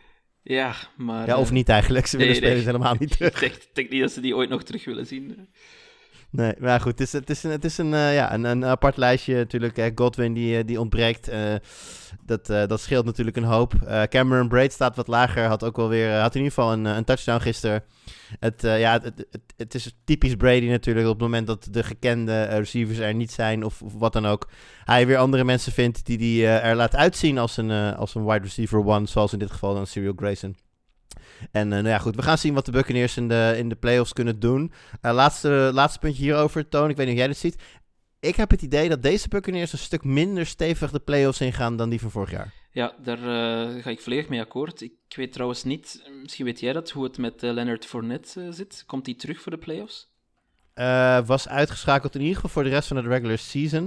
Ja, maar... Ja, of niet eigenlijk. Ze willen nee, spelers nee. helemaal niet terug. Ik denk niet dat ze die ooit nog terug willen zien. Nee, maar goed, het is, het is een, het is een, uh, ja, een, een apart lijstje natuurlijk. Hè. Godwin die, die ontbreekt, uh, dat, uh, dat scheelt natuurlijk een hoop. Uh, Cameron Braid staat wat lager, had ook wel weer, uh, had in ieder geval een, een touchdown gisteren. Het, uh, ja, het, het, het, het is typisch Brady natuurlijk, op het moment dat de gekende uh, receivers er niet zijn of, of wat dan ook. Hij weer andere mensen vindt die die uh, er laat uitzien als een, uh, als een wide receiver one, zoals in dit geval dan Cyril Grayson. En uh, nou ja, goed, we gaan zien wat de Buccaneers in de, in de playoffs kunnen doen. Uh, laatste, laatste puntje hierover, Toon, ik weet niet of jij dit ziet. Ik heb het idee dat deze Buccaneers een stuk minder stevig de playoffs ingaan dan die van vorig jaar. Ja, daar uh, ga ik volledig mee akkoord. Ik weet trouwens niet, misschien weet jij dat, hoe het met uh, Leonard Fournette uh, zit. Komt hij terug voor de playoffs? Uh, was uitgeschakeld in ieder geval voor de rest van de regular season.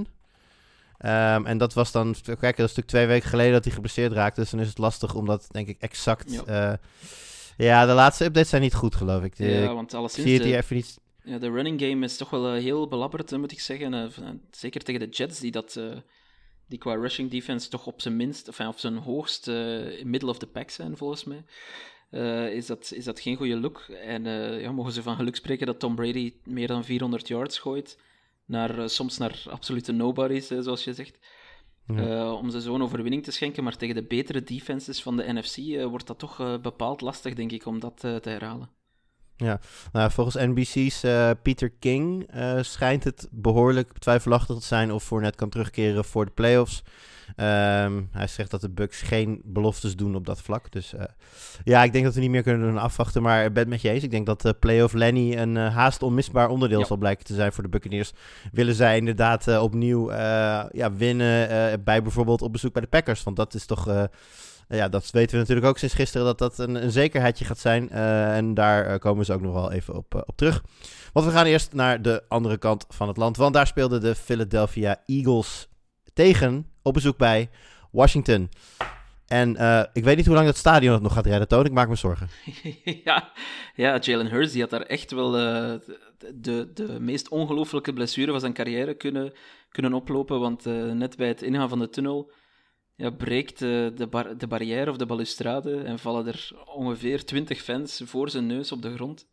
Um, en dat was dan, kijk, dat is natuurlijk twee weken geleden dat hij geblesseerd raakte. Dus dan is het lastig om dat, denk ik, exact... Ja, uh, ja de laatste updates zijn niet goed, geloof ik. De, ja, want alleszins... Zie je het hier even niet... Ja, de running game is toch wel uh, heel belabberd, moet ik zeggen. Uh, zeker tegen de Jets, die dat... Uh, die qua rushing defense toch op zijn minst, of op zijn hoogst uh, middle of the pack zijn, volgens mij. Uh, is, dat, is dat geen goede look. En uh, ja, mogen ze van geluk spreken dat Tom Brady meer dan vierhonderd yards gooit. Naar, uh, soms naar absolute nobodies, uh, zoals je zegt. Ja. Uh, om ze zo'n overwinning te schenken. Maar tegen de betere defenses van de N F C uh, wordt dat toch uh, bepaald lastig, denk ik, om dat uh, te herhalen. Ja, nou, volgens N B C's uh, Peter King uh, schijnt het behoorlijk twijfelachtig te zijn of Fournette kan terugkeren voor de playoffs. Um, hij zegt dat de Bucks geen beloftes doen op dat vlak. Dus uh, ja, ik denk dat we niet meer kunnen doen afwachten. Maar ik ben het met je eens. Ik denk dat uh, playoff Lenny een uh, haast onmisbaar onderdeel ja. zal blijken te zijn voor de Buccaneers. Willen zij inderdaad uh, opnieuw uh, ja, winnen uh, bij bijvoorbeeld op bezoek bij de Packers. Want dat is toch... Uh, Ja, dat weten we natuurlijk ook sinds gisteren dat dat een, een zekerheidje gaat zijn. Uh, en daar uh, komen ze ook nog wel even op, uh, op terug. Want we gaan eerst naar de andere kant van het land. Want daar speelden de Philadelphia Eagles tegen op bezoek bij Washington. En uh, ik weet niet hoe lang dat stadion het nog gaat redden, Toon. Ik maak me zorgen. ja, ja, Jalen Hurts die had daar echt wel uh, de, de meest ongelooflijke blessure van zijn carrière kunnen, kunnen oplopen. Want uh, net bij het ingaan van de tunnel... Ja, breekt de, de, bar, de barrière of de balustrade en vallen er ongeveer twintig fans voor zijn neus op de grond.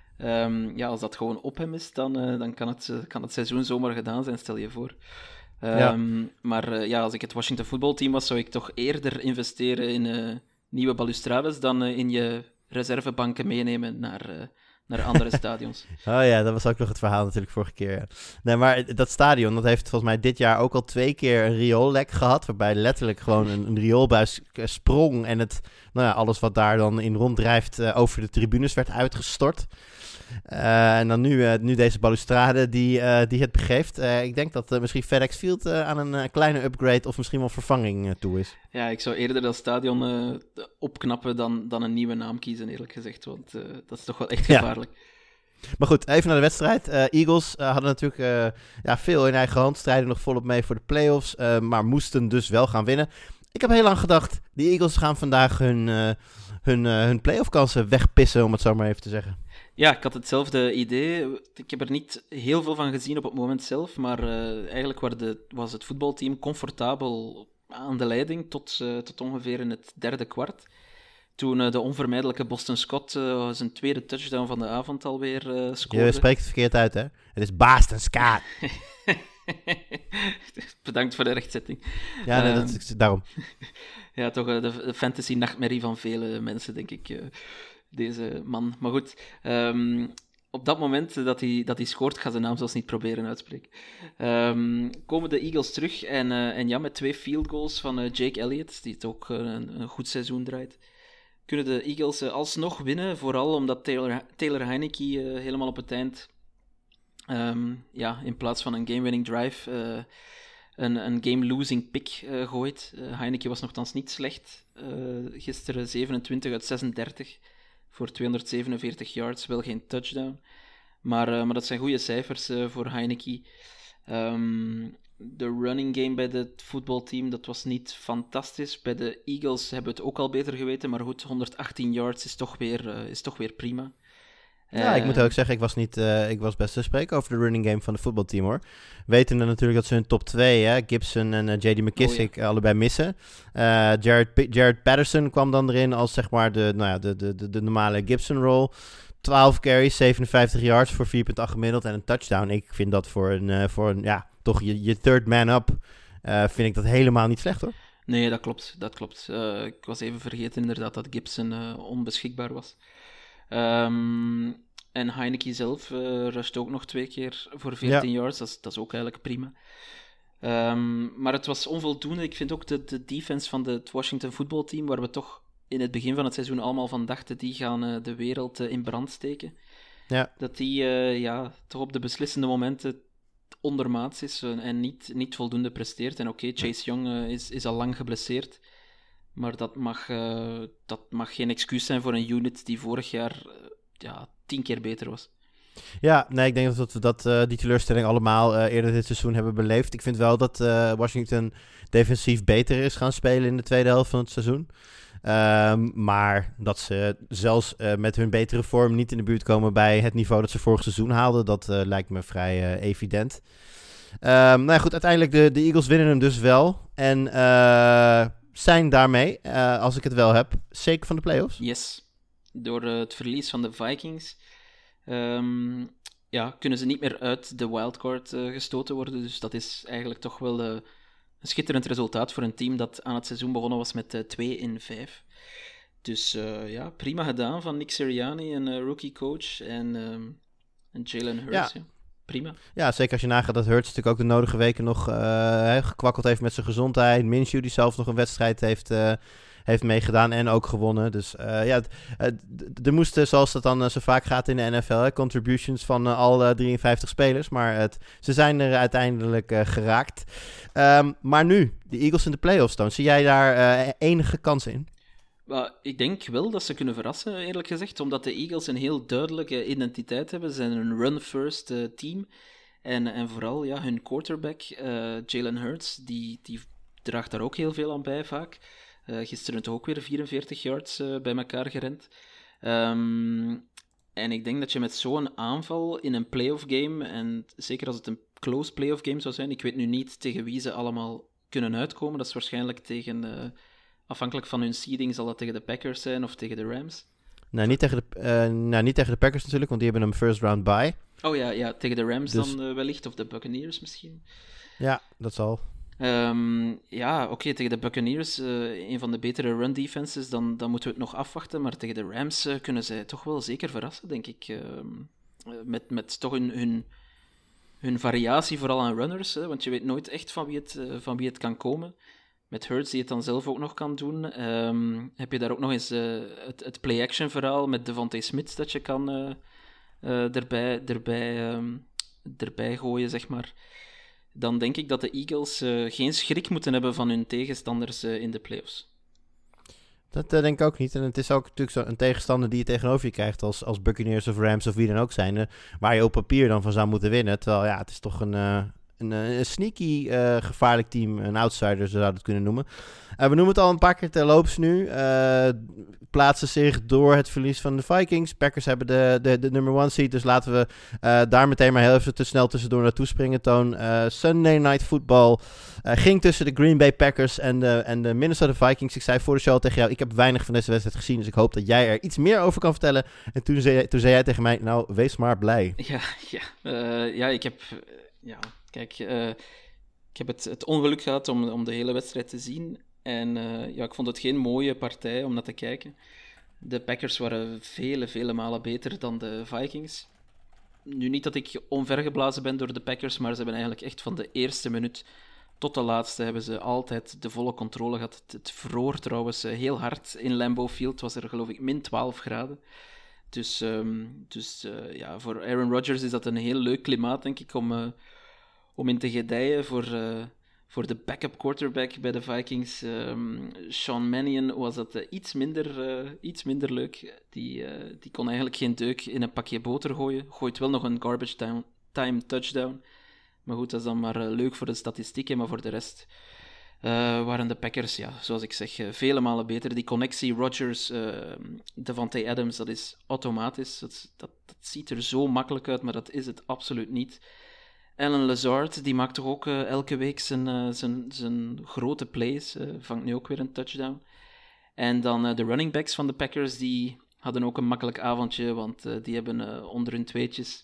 Um, ja, als dat gewoon op hem is, dan, uh, dan kan, het, kan het seizoen zomaar gedaan zijn, stel je voor. Um, ja. Maar uh, ja, als ik het Washington voetbalteam was, zou ik toch eerder investeren in uh, nieuwe balustrades dan uh, in je reservebanken meenemen naar, uh, naar andere stadions. Oh ja, dat was ook nog het verhaal natuurlijk vorige keer. Ja. Nee, maar dat stadion, dat heeft volgens mij dit jaar ook al twee keer een rioollek gehad. Waarbij letterlijk gewoon een, een rioolbuis sprong. En het, nou ja, alles wat daar dan in ronddrijft uh, over de tribunes werd uitgestort. Uh, en dan nu, uh, nu deze balustrade die, uh, die het begeeft. Uh, ik denk dat uh, misschien FedEx Field uh, aan een uh, kleine upgrade of misschien wel vervanging uh, toe is. Ja, ik zou eerder dat stadion uh, opknappen dan, dan een nieuwe naam kiezen, eerlijk gezegd. Want uh, dat is toch wel echt gevaarlijk. Ja. Maar goed, even naar de wedstrijd. Uh, Eagles uh, hadden natuurlijk uh, ja, veel in eigen hand. Strijden nog volop mee voor de playoffs. Uh, maar moesten dus wel gaan winnen. Ik heb heel lang gedacht, de Eagles gaan vandaag hun, uh, hun, uh, hun playoff kansen wegpissen, om het zo maar even te zeggen. Ja, ik had hetzelfde idee. Ik heb er niet heel veel van gezien op het moment zelf, maar uh, eigenlijk waren de, was het voetbalteam comfortabel aan de leiding tot, uh, tot ongeveer in het derde kwart. Toen uh, de onvermijdelijke Boston Scott uh, zijn tweede touchdown van de avond alweer uh, scoorde. Je spreekt het verkeerd uit, hè? Het is Boston Scott. Bedankt voor de rechtzetting. Ja, nee, uh, dat is daarom. Ja, toch uh, de, de fantasy-nachtmerrie van vele mensen, denk ik. Uh, Deze man. Maar goed, um, op dat moment dat hij, dat hij scoort, ik ga zijn naam zelfs niet proberen uitspreken, um, komen de Eagles terug. En, uh, en ja, met twee field goals van uh, Jake Elliott, die het ook uh, een, een goed seizoen draait, kunnen de Eagles uh, alsnog winnen. Vooral omdat Taylor, Taylor Heineke uh, helemaal op het eind, um, ja, in plaats van een game-winning drive, uh, een, een game-losing pick uh, gooit. Uh, Heineke was nogthans niet slecht. Uh, gisteren zevenentwintig uit zesendertig. Voor tweehonderdzevenenveertig yards, wel geen touchdown. Maar, uh, maar dat zijn goede cijfers uh, voor Heineke. Um, de running game bij het voetbalteam, dat was niet fantastisch. Bij de Eagles hebben we het ook al beter geweten. Maar goed, honderdachttien yards is toch weer, uh, is toch weer prima. Ja, uh, ik moet ook zeggen, ik was, niet, uh, ik was best te spreken over de running game van de voetbalteam, hoor. Wetende natuurlijk dat ze hun top twee, hè, Gibson en uh, J D McKissick, oh, ja. allebei missen. Uh, Jared, P- Jared Patterson kwam dan erin als zeg maar de, nou ja, de, de, de, de normale Gibson-rol. twaalf carries, zevenenvijftig yards voor vier komma acht gemiddeld en een touchdown. Ik vind dat voor een, uh, voor een ja, toch je, je third man up, uh, vind ik dat helemaal niet slecht, hoor. Nee, dat klopt, dat klopt. Uh, ik was even vergeten inderdaad dat Gibson uh, onbeschikbaar was. Um, en Heineke zelf uh, rusht ook nog twee keer voor veertien ja. yards. Dat is, dat is ook eigenlijk prima. Um, maar het was onvoldoende. Ik vind ook de, de defense van de, het Washington voetbalteam, waar we toch in het begin van het seizoen allemaal van dachten, die gaan uh, de wereld uh, in brand steken. Ja. Dat die uh, ja, toch op de beslissende momenten ondermaats is uh, en niet, niet voldoende presteert. En oké, okay, Chase Young uh, is, is al lang geblesseerd. Maar dat mag, uh, dat mag geen excuus zijn voor een unit die vorig jaar uh, ja, tien keer beter was. Ja, nee, ik denk dat we dat, uh, die teleurstelling allemaal uh, eerder dit seizoen hebben beleefd. Ik vind wel dat uh, Washington defensief beter is gaan spelen in de tweede helft van het seizoen. Um, maar dat ze zelfs uh, met hun betere vorm niet in de buurt komen bij het niveau dat ze vorig seizoen haalden, dat uh, lijkt me vrij uh, evident. Um, nou ja, goed, uiteindelijk de, de Eagles winnen hem dus wel. En uh, zijn daarmee, uh, als ik het wel heb, zeker van de playoffs. Yes. Door uh, het verlies van de Vikings um, ja, kunnen ze niet meer uit de wildcard uh, gestoten worden. Dus dat is eigenlijk toch wel uh, een schitterend resultaat voor een team dat aan het seizoen begonnen was met uh, twee in vijf. Dus uh, ja, prima gedaan van Nick Sirianni, een uh, rookie coach, en, um, en Jalen Hurts. Ja. Ja. Prima. Ja, zeker als je nagaat dat Hurts natuurlijk ook de nodige weken nog uh, gekwakkeld heeft met zijn gezondheid. Minshew die zelf nog een wedstrijd heeft, uh, heeft meegedaan en ook gewonnen. Dus uh, ja, er moesten, zoals dat dan uh, zo vaak gaat in de N F L, hè, contributions van uh, al uh, drieënvijftig spelers. Maar het, ze zijn er uiteindelijk uh, geraakt. Um, maar nu, de Eagles in de playoffs, dan zie jij daar uh, enige kansen in? Well, ik denk wel dat ze kunnen verrassen, eerlijk gezegd, omdat de Eagles een heel duidelijke identiteit hebben. Ze zijn een run-first uh, team. En, en vooral ja, hun quarterback, uh, Jalen Hurts, die, die draagt daar ook heel veel aan bij vaak. Uh, gisteren toch ook weer vierenveertig yards uh, bij elkaar gerend. Um, en ik denk dat je met zo'n aanval in een playoff game, en zeker als het een close playoff game zou zijn, ik weet nu niet tegen wie ze allemaal kunnen uitkomen. Dat is waarschijnlijk tegen... Uh, Afhankelijk van hun seeding zal dat tegen de Packers zijn of tegen de Rams. Nou, niet tegen de, uh, nou, niet tegen de Packers natuurlijk, want die hebben een first round bye. Oh ja, ja tegen de Rams dus... dan uh, wellicht, of de Buccaneers misschien. Ja, dat zal. Um, ja, oké, okay, tegen de Buccaneers, uh, een van de betere run defenses, dan, dan moeten we het nog afwachten. Maar tegen de Rams uh, kunnen zij toch wel zeker verrassen, denk ik. Uh, met, met toch hun, hun, hun variatie, vooral aan runners. Hè, want je weet nooit echt van wie, het, uh, van wie het kan komen. Met Hurts, die het dan zelf ook nog kan doen. Um, heb je daar ook nog eens uh, het, het play-action verhaal met Devontae Smith dat je kan uh, uh, erbij, erbij, um, erbij gooien, zeg maar. Dan denk ik dat de Eagles uh, geen schrik moeten hebben van hun tegenstanders uh, in de playoffs. Dat uh, denk ik ook niet. En het is ook natuurlijk zo een tegenstander die je tegenover je krijgt als, als Buccaneers of Rams of wie dan ook zijn. Uh, waar je op papier dan van zou moeten winnen. Terwijl ja, het is toch een... Uh... Een, een sneaky uh, gevaarlijk team, een outsider, zo zouden het kunnen noemen. Uh, we noemen het al een paar keer terloops nu. Uh, plaatsen zich door het verlies van de Vikings. Packers hebben de, de, de number one seed, dus laten we uh, daar meteen maar heel even te snel tussendoor naartoe springen, Toon. Uh, Sunday Night Football uh, ging tussen de Green Bay Packers en de, en de Minnesota Vikings. Ik zei voor de show tegen jou, ik heb weinig van deze wedstrijd gezien, dus ik hoop dat jij er iets meer over kan vertellen. En toen zei, toen zei jij tegen mij, nou, wees maar blij. Ja, ja, uh, ja ik heb... Uh, ja... Kijk, uh, ik heb het, het ongeluk gehad om, om de hele wedstrijd te zien. En uh, ja, ik vond het geen mooie partij om naar te kijken. De Packers waren vele, vele malen beter dan de Vikings. Nu niet dat ik omvergeblazen ben door de Packers, maar ze hebben eigenlijk echt van de eerste minuut tot de laatste hebben ze altijd de volle controle gehad. Het, het vroor trouwens heel hard in Lambeau Field. Was er geloof ik min twaalf graden. Dus, um, dus uh, ja, voor Aaron Rodgers is dat een heel leuk klimaat, denk ik, om... Uh, om in te gedijen voor, uh, voor de backup quarterback bij de Vikings. Um, Sean Mannion was dat uh, iets, minder, uh, iets minder leuk. Die, uh, die kon eigenlijk geen deuk in een pakje boter gooien. Gooit wel nog een garbage time, time touchdown. Maar goed, dat is dan maar uh, leuk voor de statistieken. Maar voor de rest uh, waren de Packers, ja, zoals ik zeg, uh, vele malen beter. Die connectie Rodgers, uh, Davante Adams, dat is automatisch. Dat, dat, dat ziet er zo makkelijk uit, maar dat is het absoluut niet. Allen Lazard, die maakt toch ook uh, elke week zijn, uh, zijn, zijn grote plays. Uh, vangt nu ook weer een touchdown. En dan uh, de running backs van de Packers, die hadden ook een makkelijk avondje, want uh, die hebben uh, onder hun tweetjes...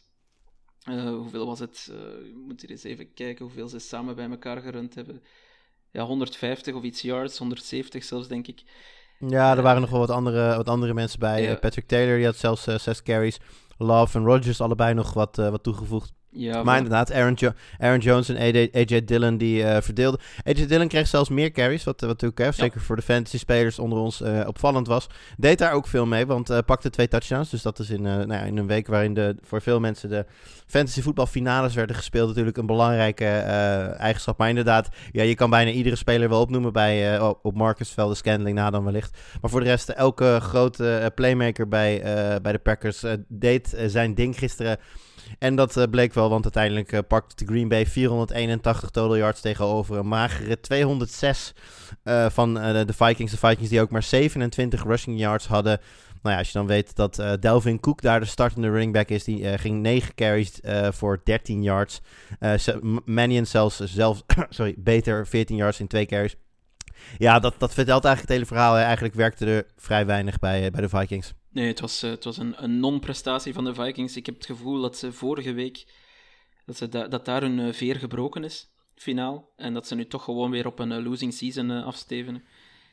Uh, hoeveel was het? Uh, ik moet hier eens even kijken hoeveel ze samen bij elkaar gerund hebben. Ja, honderdvijftig of iets yards, honderdzeventig zelfs, denk ik. Ja, er waren uh, nog wel wat andere, wat andere mensen bij. Ja. Uh, Patrick Taylor, die had zelfs uh, zes carries. Love en Rodgers allebei nog wat, uh, wat toegevoegd. Ja, maar van... inderdaad, Aaron, jo- Aaron Jones en A J Dillon die uh, verdeelden. A J Dillon kreeg zelfs meer carries, wat, wat natuurlijk uh, ja. zeker voor de fantasy-spelers onder ons uh, opvallend was. Deed daar ook veel mee, want uh, pakte twee touchdowns. Dus dat is in, uh, nou ja, in een week waarin de, voor veel mensen de fantasy-voetbalfinales werden gespeeld natuurlijk een belangrijke uh, eigenschap. Maar inderdaad, ja, je kan bijna iedere speler wel opnoemen bij, uh, op Marcus Velde Scantling na dan wellicht. Maar voor de rest, elke grote uh, playmaker bij, uh, bij de Packers uh, deed uh, zijn ding gisteren. En dat uh, bleek wel, want uiteindelijk uh, pakte de Green Bay vierhonderdeenentachtig total yards tegenover een magere tweehonderdzes uh, van uh, de Vikings. De Vikings die ook maar zevenentwintig rushing yards hadden. Nou ja, als je dan weet dat uh, Dalvin Cook daar de startende running back is, die uh, ging negen carries uh, voor dertien yards. Uh, Mannion zelfs, zelfs sorry, beter, veertien yards in twee carries. Ja, dat, dat vertelt eigenlijk het hele verhaal. Hè. Eigenlijk werkte er vrij weinig bij, uh, bij de Vikings. Nee, het was, uh, het was een, een non-prestatie van de Vikings. Ik heb het gevoel dat ze vorige week, dat, ze da- dat daar hun uh, veer gebroken is, finaal. En dat ze nu toch gewoon weer op een uh, losing season uh, afstevenen.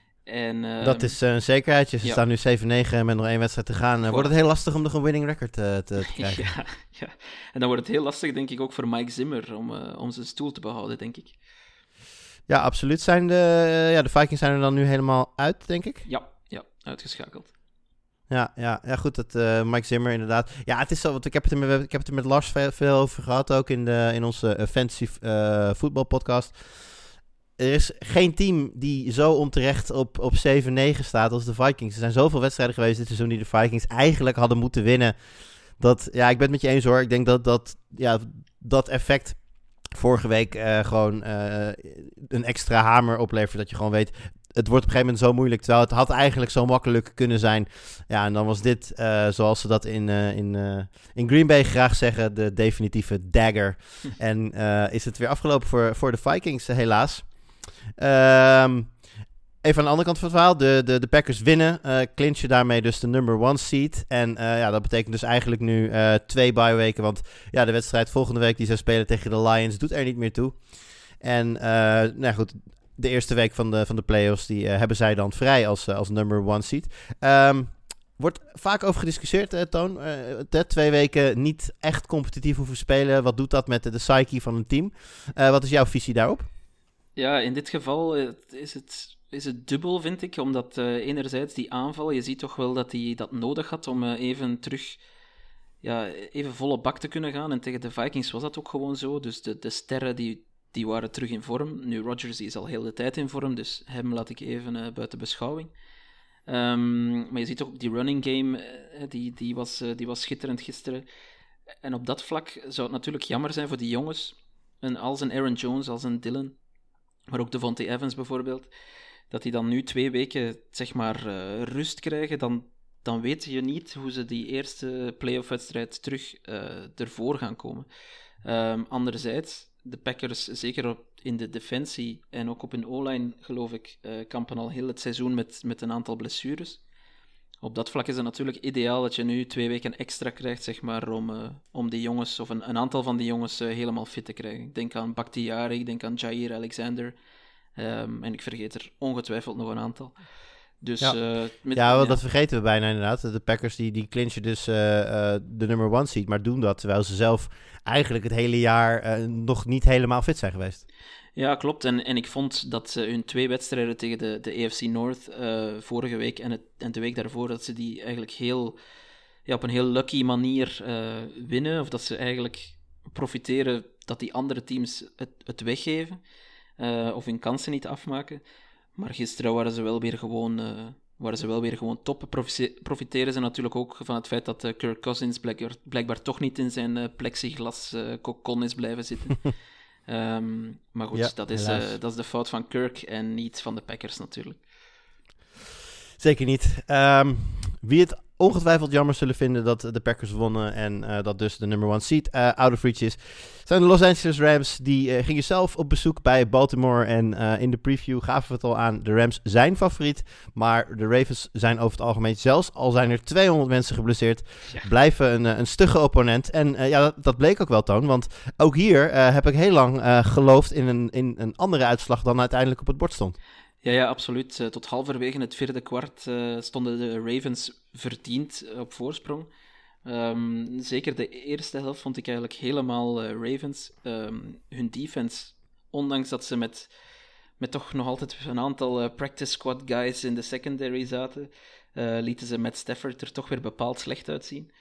En, uh, dat is uh, een zekerheidje. Ze ja. staan nu zeven negen met nog één wedstrijd te gaan. Uh, Voor... wordt het heel lastig om nog een winning record uh, te, te krijgen. ja, ja, en dan wordt het heel lastig, denk ik, ook voor Mike Zimmer om, uh, om zijn stoel te behouden, denk ik. Ja, absoluut. Zijn de, uh, ja, de Vikings zijn er dan nu helemaal uit, denk ik? Ja, ja, uitgeschakeld. Ja, ja, ja, goed, dat uh, Mike Zimmer inderdaad. Ja, het is zo, want ik heb het er met, ik heb het er met Lars veel, veel over gehad, ook in, de, in onze uh, fantasy uh, voetbalpodcast. Er is geen team die zo onterecht op, op zeven negen staat als de Vikings. Er zijn zoveel wedstrijden geweest dit seizoen die de Vikings eigenlijk hadden moeten winnen. Dat, ja, ik ben het met je eens hoor. Ik denk dat dat, ja, dat effect vorige week uh, gewoon uh, een extra hamer oplevert. Dat je gewoon weet, het wordt op een gegeven moment zo moeilijk. Terwijl het had eigenlijk zo makkelijk kunnen zijn. Ja, en dan was dit, uh, zoals ze dat in, uh, in, uh, in Green Bay graag zeggen, de definitieve dagger. Hm. En uh, is het weer afgelopen voor, voor de Vikings, uh, helaas. Um, even aan de andere kant van het verhaal. De, de, de Packers winnen. Uh, clinchen daarmee dus de number one seed. En uh, ja, dat betekent dus eigenlijk nu uh, twee bye weken. Want ja, de wedstrijd volgende week die zij spelen tegen de Lions doet er niet meer toe. En uh, nou goed, de eerste week van de, van de playoffs die uh, hebben zij dan vrij als, uh, als number one seed. Um, wordt vaak over gediscussieerd, uh, Toon. Uh, de twee weken niet echt competitief hoeven spelen. Wat doet dat met de, de psyche van een team? Uh, wat is jouw visie daarop? Ja, in dit geval uh, is het... is het dubbel, vind ik, omdat uh, enerzijds die aanval, je ziet toch wel dat hij dat nodig had om uh, even terug, ja, even volle bak te kunnen gaan. En tegen de Vikings was dat ook gewoon zo. Dus de, de sterren die, die waren terug in vorm. Nu, Rodgers die is al heel de tijd in vorm, dus hem laat ik even uh, buiten beschouwing. Um, maar je ziet ook die running game, uh, die, die, was, uh, die was schitterend gisteren. En op dat vlak zou het natuurlijk jammer zijn voor die jongens, en als een Aaron Jones, als een Dillon, maar ook Devontae Evans bijvoorbeeld, dat die dan nu twee weken, zeg maar, uh, rust krijgen, dan, dan weet je niet hoe ze die eerste playoff-wedstrijd terug uh, ervoor gaan komen. Um, anderzijds, de Packers, zeker op, in de defensie en ook op hun O-line, geloof ik, uh, kampen al heel het seizoen met, met een aantal blessures. Op dat vlak is het natuurlijk ideaal dat je nu twee weken extra krijgt, zeg maar, om, uh, om die jongens, of een, een aantal van die jongens, uh, helemaal fit te krijgen. Ik denk aan Bakhtiari, ik denk aan Jair Alexander. Um, en ik vergeet er ongetwijfeld nog een aantal. Dus, ja, uh, met, ja, wel, ja, dat vergeten we bijna inderdaad. De Packers die, die clinchen dus uh, uh, de number one seed, maar doen dat terwijl ze zelf eigenlijk het hele jaar uh, nog niet helemaal fit zijn geweest. Ja, klopt. En, en ik vond dat ze hun twee wedstrijden tegen de, de A F C North uh, vorige week en, het, en de week daarvoor, dat ze die eigenlijk heel, ja, op een heel lucky manier uh, winnen. Of dat ze eigenlijk profiteren dat die andere teams het, het weggeven. Uh, of hun kansen niet afmaken. Maar gisteren waren ze wel weer gewoon, uh, waren ze wel weer gewoon top. Profi- profiteren ze natuurlijk ook van het feit dat uh, Kirk Cousins blijkbaar, blijkbaar toch niet in zijn uh, plexiglas uh, kokon is blijven zitten. um, maar goed, ja, dat, is, uh, dat is de fout van Kirk en niet van de Packers natuurlijk. Zeker niet. Um, wie het ongetwijfeld jammer zullen vinden dat de Packers wonnen en uh, dat dus de number one seed uh, out of reach is, zijn de Los Angeles Rams. Die uh, gingen zelf op bezoek bij Baltimore en uh, in de preview gaven we het al aan. De Rams zijn favoriet, maar de Ravens zijn over het algemeen, zelfs al zijn er tweehonderd mensen geblesseerd, ja. blijven een, een stugge opponent. En uh, ja, dat, dat bleek ook wel, Toon, want ook hier uh, heb ik heel lang uh, geloofd in een, in een andere uitslag dan uiteindelijk op het bord stond. Ja, ja, absoluut. Uh, tot halverwege het vierde kwart uh, stonden de Ravens verdiend uh, op voorsprong. Um, zeker de eerste helft vond ik eigenlijk helemaal uh, Ravens. Um, hun defense, ondanks dat ze met, met toch nog altijd een aantal uh, practice squad guys in de secondary zaten, uh, lieten ze met Stafford er toch weer bepaald slecht uitzien.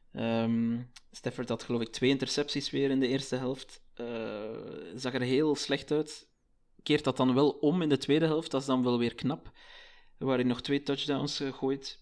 Um, Stafford had geloof ik twee intercepties weer in de eerste helft. Uh, zag er heel slecht uit. Keert dat dan wel om in de tweede helft, dat is dan wel weer knap. Er waren nog twee touchdowns gegooid.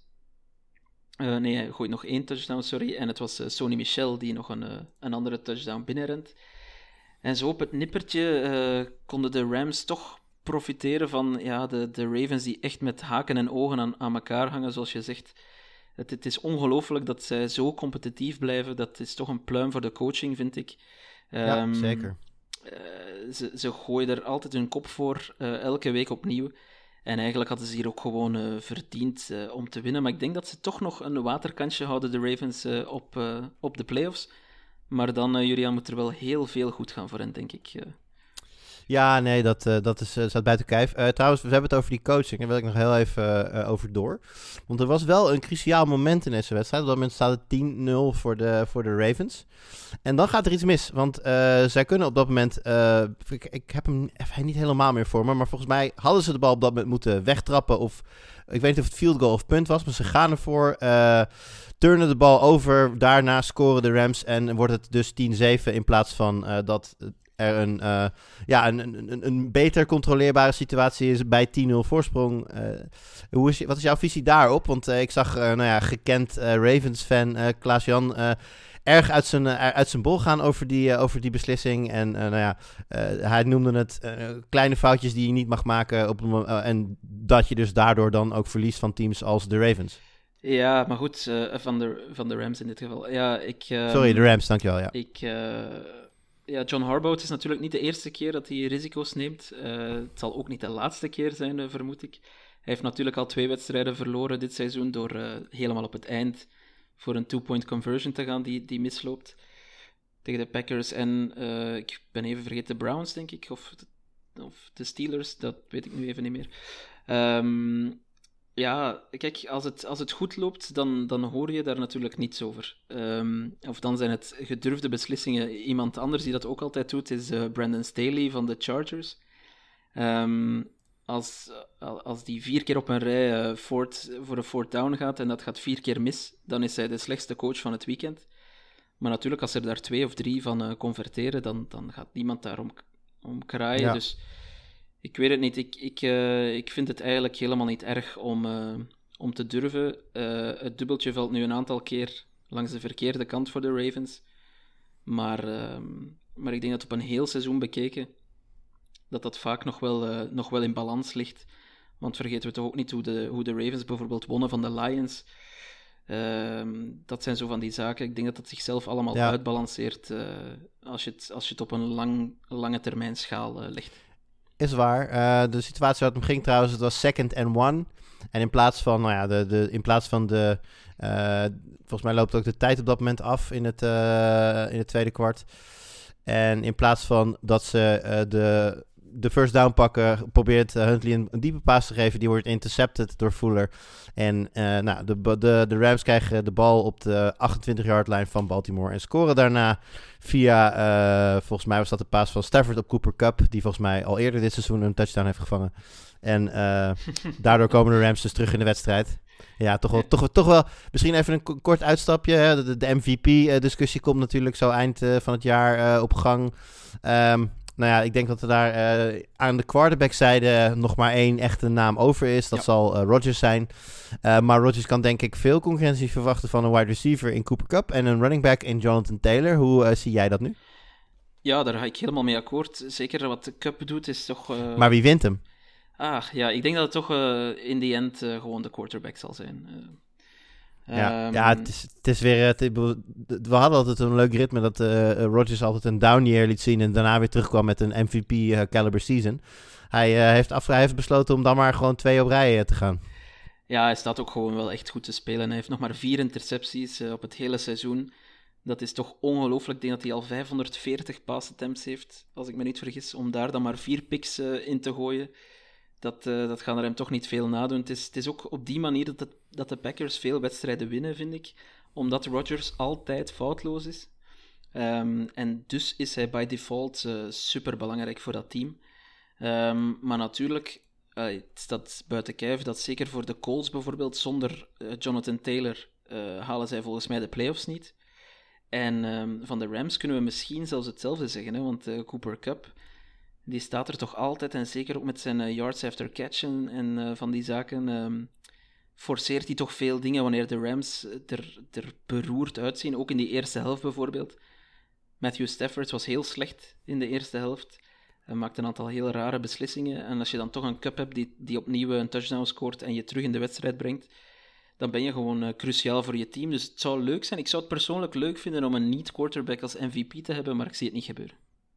Uh, nee, hij gooit nog één touchdown, sorry. En het was uh, Sony Michel die nog een, uh, een andere touchdown binnenrent. En zo op het nippertje uh, konden de Rams toch profiteren van ja, de, de Ravens die echt met haken en ogen aan, aan elkaar hangen, zoals je zegt. Het, het is ongelooflijk dat zij zo competitief blijven. Dat is toch een pluim voor de coaching, vind ik. Um, ja, zeker. Uh, ze, ze gooien er altijd hun kop voor, uh, elke week opnieuw. En eigenlijk hadden ze hier ook gewoon uh, verdiend uh, om te winnen. Maar ik denk dat ze toch nog een waterkantje houden, de Ravens, uh, op, uh, op de playoffs. Maar dan, uh, Julian, moet er wel heel veel goed gaan voor hen, denk ik. Uh. Ja, nee, dat, uh, dat is, uh, staat buiten kijf. Uh, trouwens, we hebben het over die coaching. Daar wil ik nog heel even uh, over door. Want er was wel een cruciaal moment in deze wedstrijd. Op dat moment staat het tien nul voor de, voor de Ravens. En dan gaat er iets mis. Want uh, zij kunnen op dat moment... Uh, ik, ik heb hem even niet helemaal meer voor me. Maar volgens mij hadden ze de bal op dat moment moeten wegtrappen. Of ik weet niet of het field goal of punt was. Maar ze gaan ervoor. Uh, turnen de bal over. Daarna scoren de Rams. En wordt het dus tien zeven in plaats van uh, dat... er een, uh, ja, een, een, een beter controleerbare situatie is bij tien nul voorsprong. Uh, hoe is, wat is jouw visie daarop? Want uh, ik zag, uh, nou ja, gekend uh, Ravens-fan uh, Klaas-Jan uh, erg uit zijn, uh, uit zijn bol gaan over die, uh, over die beslissing. En uh, nou ja, uh, hij noemde het uh, kleine foutjes die je niet mag maken. Op, uh, en dat je dus daardoor dan ook verliest van teams als de Ravens. Ja, maar goed, uh, van, de, van de Rams in dit geval. Ja, ik, uh, Sorry, de Rams, dankjewel. Ja. Ik... Uh, Ja, John Harbaugh, het is natuurlijk niet de eerste keer dat hij risico's neemt. Uh, het zal ook niet de laatste keer zijn, uh, vermoed ik. Hij heeft natuurlijk al twee wedstrijden verloren dit seizoen door uh, helemaal op het eind voor een two-point conversion te gaan die, die misloopt tegen de Packers. En uh, ik ben even vergeten, de Browns, denk ik. Of of de Steelers, dat weet ik nu even niet meer. Um, ja, kijk, als het, als het goed loopt, dan, dan hoor je daar natuurlijk niets over. Um, of dan zijn het gedurfde beslissingen. Iemand anders die dat ook altijd doet, is uh, Brandon Staley van de Chargers. Um, als, als die vier keer op een rij uh, fourth, voor een fourth down gaat en dat gaat vier keer mis, dan is hij de slechtste coach van het weekend. Maar natuurlijk, als er daar twee of drie van uh, converteren, dan, dan gaat niemand daarom om kraaien. Ja. Dus ik weet het niet. Ik, ik, uh, ik vind het eigenlijk helemaal niet erg om, uh, om te durven. Uh, het dubbeltje valt nu een aantal keer langs de verkeerde kant voor de Ravens. Maar, uh, maar ik denk dat op een heel seizoen bekeken, dat dat vaak nog wel, uh, nog wel in balans ligt. Want vergeten we toch ook niet hoe de, hoe de Ravens bijvoorbeeld wonnen van de Lions. Uh, dat zijn zo van die zaken. Ik denk dat dat zichzelf allemaal ja. uitbalanceert uh, als, je het, als je het op een lang, lange termijn schaal uh, legt. Is waar. Uh, de situatie wat hem ging trouwens, het was second and one. En in plaats van, nou ja, de, de, in plaats van de... Uh, volgens mij loopt ook de tijd op dat moment af in het, uh, in het tweede kwart. En in plaats van dat ze uh, de... de first down pakken, probeert uh, Huntley een, een diepe paas te geven. Die wordt intercepted door Fuller. En uh, nou, de, de, de Rams krijgen de bal op de achtentwintig-yard lijn van Baltimore. En scoren daarna via, uh, volgens mij was dat de paas van Stafford op Cooper Kupp. Die volgens mij al eerder dit seizoen een touchdown heeft gevangen. En uh, daardoor komen de Rams dus terug in de wedstrijd. Ja, toch wel, toch, toch wel misschien even een k- kort uitstapje. Hè? De, de M V P-discussie komt natuurlijk zo eind uh, van het jaar uh, op gang. Um, Nou ja, ik denk dat er daar uh, aan de quarterback-zijde nog maar één echte naam over is. Dat ja. zal uh, Rodgers zijn. Uh, maar Rodgers kan denk ik veel concurrentie verwachten van een wide receiver in Cooper Kupp en een running back in Jonathan Taylor. Hoe uh, zie jij dat nu? Ja, daar ga ik helemaal mee akkoord. Zeker wat de Kupp doet is toch... Uh... Maar wie wint hem? Ah, ja, ik denk dat het toch uh, in the end uh, gewoon de quarterback zal zijn. Uh... Ja, um, ja het, is, het is weer... Het, we hadden altijd een leuk ritme dat uh, Rodgers altijd een down year liet zien en daarna weer terugkwam met een M V P-caliber uh, season. Hij, uh, heeft af, hij heeft besloten om dan maar gewoon twee op rij uh, te gaan. Ja, hij staat ook gewoon wel echt goed te spelen. Hij heeft nog maar vier intercepties uh, op het hele seizoen. Dat is toch ongelooflijk. Ik denk dat hij al vijfhonderdveertig pass attempts heeft, als ik me niet vergis, om daar dan maar vier picks uh, in te gooien. Dat, uh, dat gaan er hem toch niet veel nadoen. Het is, het is ook op die manier dat, het, dat de Packers veel wedstrijden winnen, vind ik. Omdat Rodgers altijd foutloos is. Um, en dus is hij by default uh, super belangrijk voor dat team. Um, maar natuurlijk, uh, het staat buiten kijf dat zeker voor de Colts bijvoorbeeld, zonder uh, Jonathan Taylor uh, halen zij volgens mij de playoffs niet. En um, van de Rams kunnen we misschien zelfs hetzelfde zeggen, hè, want uh, Cooper Kupp, die staat er toch altijd, en zeker ook met zijn uh, yards after catch en, en uh, van die zaken, um, forceert hij toch veel dingen wanneer de Rams er, er beroerd uitzien. Ook in die eerste helft bijvoorbeeld. Matthew Stafford was heel slecht in de eerste helft. Hij maakte een aantal heel rare beslissingen. En als je dan toch een Kupp hebt die, die opnieuw een touchdown scoort en je terug in de wedstrijd brengt, dan ben je gewoon uh, cruciaal voor je team. Dus het zou leuk zijn. Ik zou het persoonlijk leuk vinden om een niet-quarterback als M V P te hebben, maar ik zie het niet gebeuren.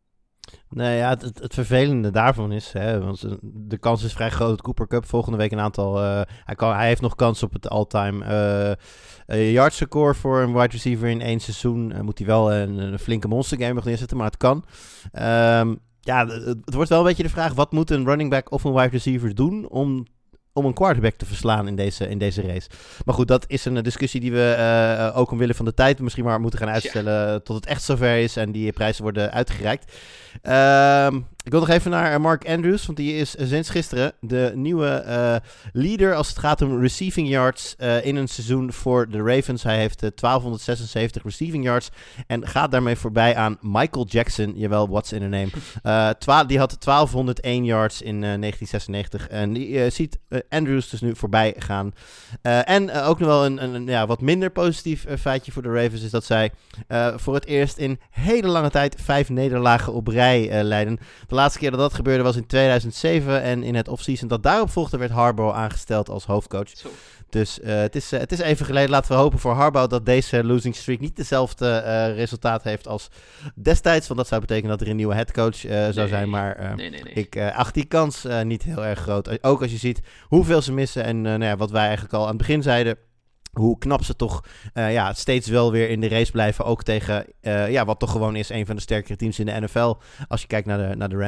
Nee, ja, het, het, het vervelende daarvan is, hè, want de kans is vrij groot dat Cooper Kupp volgende week een aantal... Uh, hij, kan, hij heeft nog kans op het all-time uh, uh, yards record voor een wide receiver in één seizoen. Uh, moet hij wel een, een flinke monster game nog neerzetten, maar het kan. Um, ja, het, het wordt wel een beetje de vraag, wat moet een running back of een wide receiver doen om... om een quarterback te verslaan in deze, in deze race. Maar goed, dat is een discussie die we uh, ook omwille van de tijd misschien maar moeten gaan uitstellen ja. tot het echt zover is en die prijzen worden uitgereikt. Uh, ik wil nog even naar Mark Andrews, want die is sinds gisteren de nieuwe uh, leader als het gaat om receiving yards uh, in een seizoen voor de Ravens. Hij heeft uh, twaalfhonderdzesenzeventig receiving yards en gaat daarmee voorbij aan Michael Jackson. Jawel, what's in a name. Uh, twa- die had twaalfhonderdéén yards in uh, negentien zesennegentig en die uh, ziet uh, Andrews dus nu voorbij gaan. Uh, en uh, ook nog wel een, een, een ja, wat minder positief uh, feitje voor de Ravens is dat zij uh, voor het eerst in hele lange tijd vijf nederlagen op rij uh, leiden. De laatste keer dat dat gebeurde was in tweeduizend zeven en in het offseason dat daarop volgde werd Harbaugh aangesteld als hoofdcoach. Zo. Dus uh, het, is, uh, het is even geleden. Laten we hopen voor Harbaugh dat deze losing streak niet dezelfde uh, resultaat heeft als destijds. Want dat zou betekenen dat er een nieuwe headcoach uh, zou nee, zijn. Maar uh, nee, nee, nee. ik uh, acht die kans uh, niet heel erg groot. Ook als je ziet hoeveel ze missen en uh, nou ja, wat wij eigenlijk al aan het begin zeiden. Hoe knap ze toch uh, ja, steeds wel weer in de race blijven. Ook tegen uh, ja, wat toch gewoon is een van de sterkere teams in de N F L. Als je kijkt naar de, naar de Rams.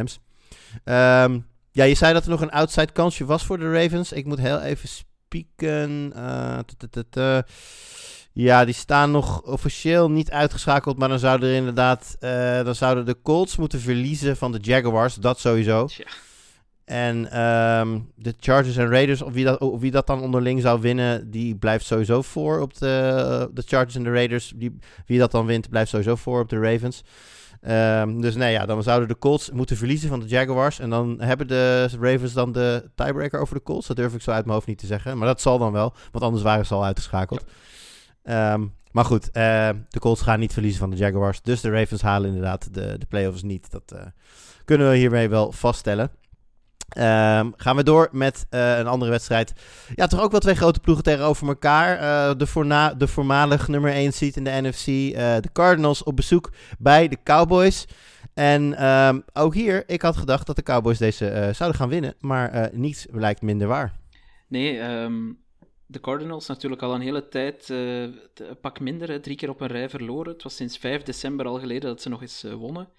Um, ja, je zei dat er nog een outside kansje was voor de Ravens. Ik moet heel even spieken. Uh, t- t- t- ja, die staan nog officieel niet uitgeschakeld, maar dan zouden er inderdaad, uh, dan zouden de Colts moeten verliezen van de Jaguars, dat sowieso. Tja. En um, de Chargers en Raiders, of wie, dat, of wie dat dan onderling zou winnen, die blijft sowieso voor op de, de Chargers en de Raiders. Die, wie dat dan wint, blijft sowieso voor op de Ravens. Um, dus nee, ja, dan zouden de Colts moeten verliezen van de Jaguars. En dan hebben de Ravens dan de tiebreaker over de Colts. Dat durf ik zo uit mijn hoofd niet te zeggen. Maar dat zal dan wel, want anders waren ze al uitgeschakeld. Ja. Um, maar goed, uh, de Colts gaan niet verliezen van de Jaguars. Dus de Ravens halen inderdaad de, de playoffs niet. Dat uh, kunnen we hiermee wel vaststellen. Um, gaan we door met uh, een andere wedstrijd. Ja, toch ook wel twee grote ploegen tegenover elkaar. Uh, de, voorna- de voormalig nummer één seed in de N F C. Uh, de Cardinals op bezoek bij de Cowboys. En um, ook hier, ik had gedacht dat de Cowboys deze uh, zouden gaan winnen. Maar uh, niets lijkt minder waar. Nee, um, de Cardinals natuurlijk al een hele tijd uh, een pak minder. Hè, drie keer op een rij verloren. Het was sinds vijf december al geleden dat ze nog eens uh, wonnen.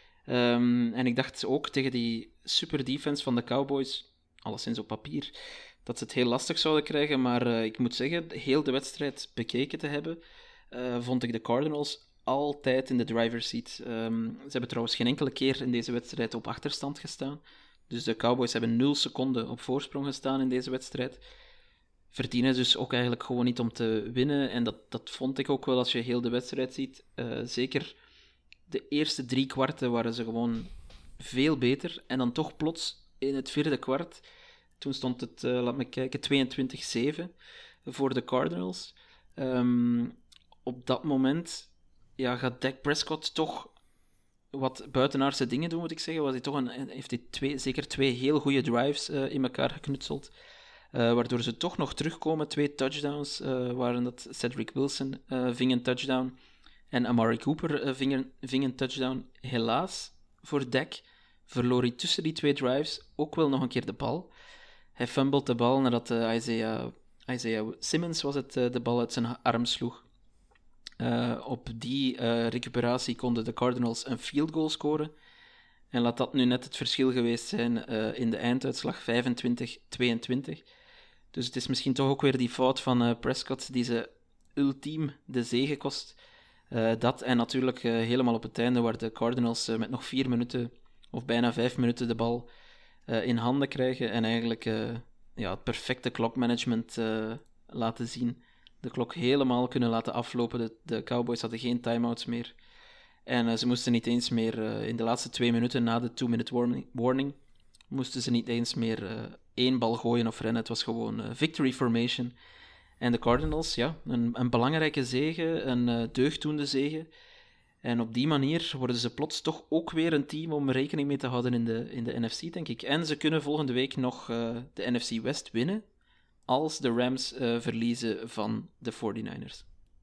Um, en ik dacht ook tegen die super defense van de Cowboys, alleszins op papier, dat ze het heel lastig zouden krijgen. Maar uh, ik moet zeggen, heel de wedstrijd bekeken te hebben, uh, vond ik de Cardinals altijd in de driver's seat. Um, ze hebben trouwens geen enkele keer in deze wedstrijd op achterstand gestaan. Dus de Cowboys hebben nul seconden op voorsprong gestaan in deze wedstrijd. Verdienen dus ook eigenlijk gewoon niet om te winnen. En dat, dat vond ik ook wel als je heel de wedstrijd ziet. Uh, zeker de eerste drie kwarten waren ze gewoon veel beter. En dan toch plots in het vierde kwart, toen stond het, uh, laat me kijken, tweeëntwintig zeven voor de Cardinals. Um, op dat moment ja, gaat Dak Prescott toch wat buitenaardse dingen doen, moet ik zeggen. Was hij toch een, heeft hij twee, zeker twee heel goede drives uh, in elkaar geknutseld. Uh, waardoor ze toch nog terugkomen. Twee touchdowns uh, waren dat. Cedric Wilson uh, ving een touchdown. En Amari Cooper uh, ving, een, ving een touchdown. Helaas voor Dak verloor hij tussen die twee drives ook wel nog een keer de bal. Hij fumbled de bal nadat uh, Isaiah, Isaiah Simmons was het, uh, de bal uit zijn arm sloeg. Uh, op die uh, recuperatie konden de Cardinals een field goal scoren. En laat dat nu net het verschil geweest zijn uh, in de einduitslag, vijfentwintig tweeëntwintig. Dus het is misschien toch ook weer die fout van uh, Prescott die ze ultiem de zege kost. Uh, dat en natuurlijk uh, helemaal op het einde, waar de Cardinals uh, met nog vier minuten of bijna vijf minuten de bal uh, in handen krijgen en eigenlijk uh, ja, het perfecte klokmanagement uh, laten zien. De klok helemaal kunnen laten aflopen. De, de Cowboys hadden geen timeouts meer. En uh, ze moesten niet eens meer uh, in de laatste twee minuten na de two-minute warning, warning moesten ze niet eens meer uh, één bal gooien of rennen. Het was gewoon uh, victory formation. En de Cardinals, ja, een, een belangrijke zege, een uh, deugddoende zege. En op die manier worden ze plots toch ook weer een team om rekening mee te houden in de, in de N F C, denk ik. En ze kunnen volgende week nog uh, de N F C West winnen als de Rams uh, verliezen van de forty-niners.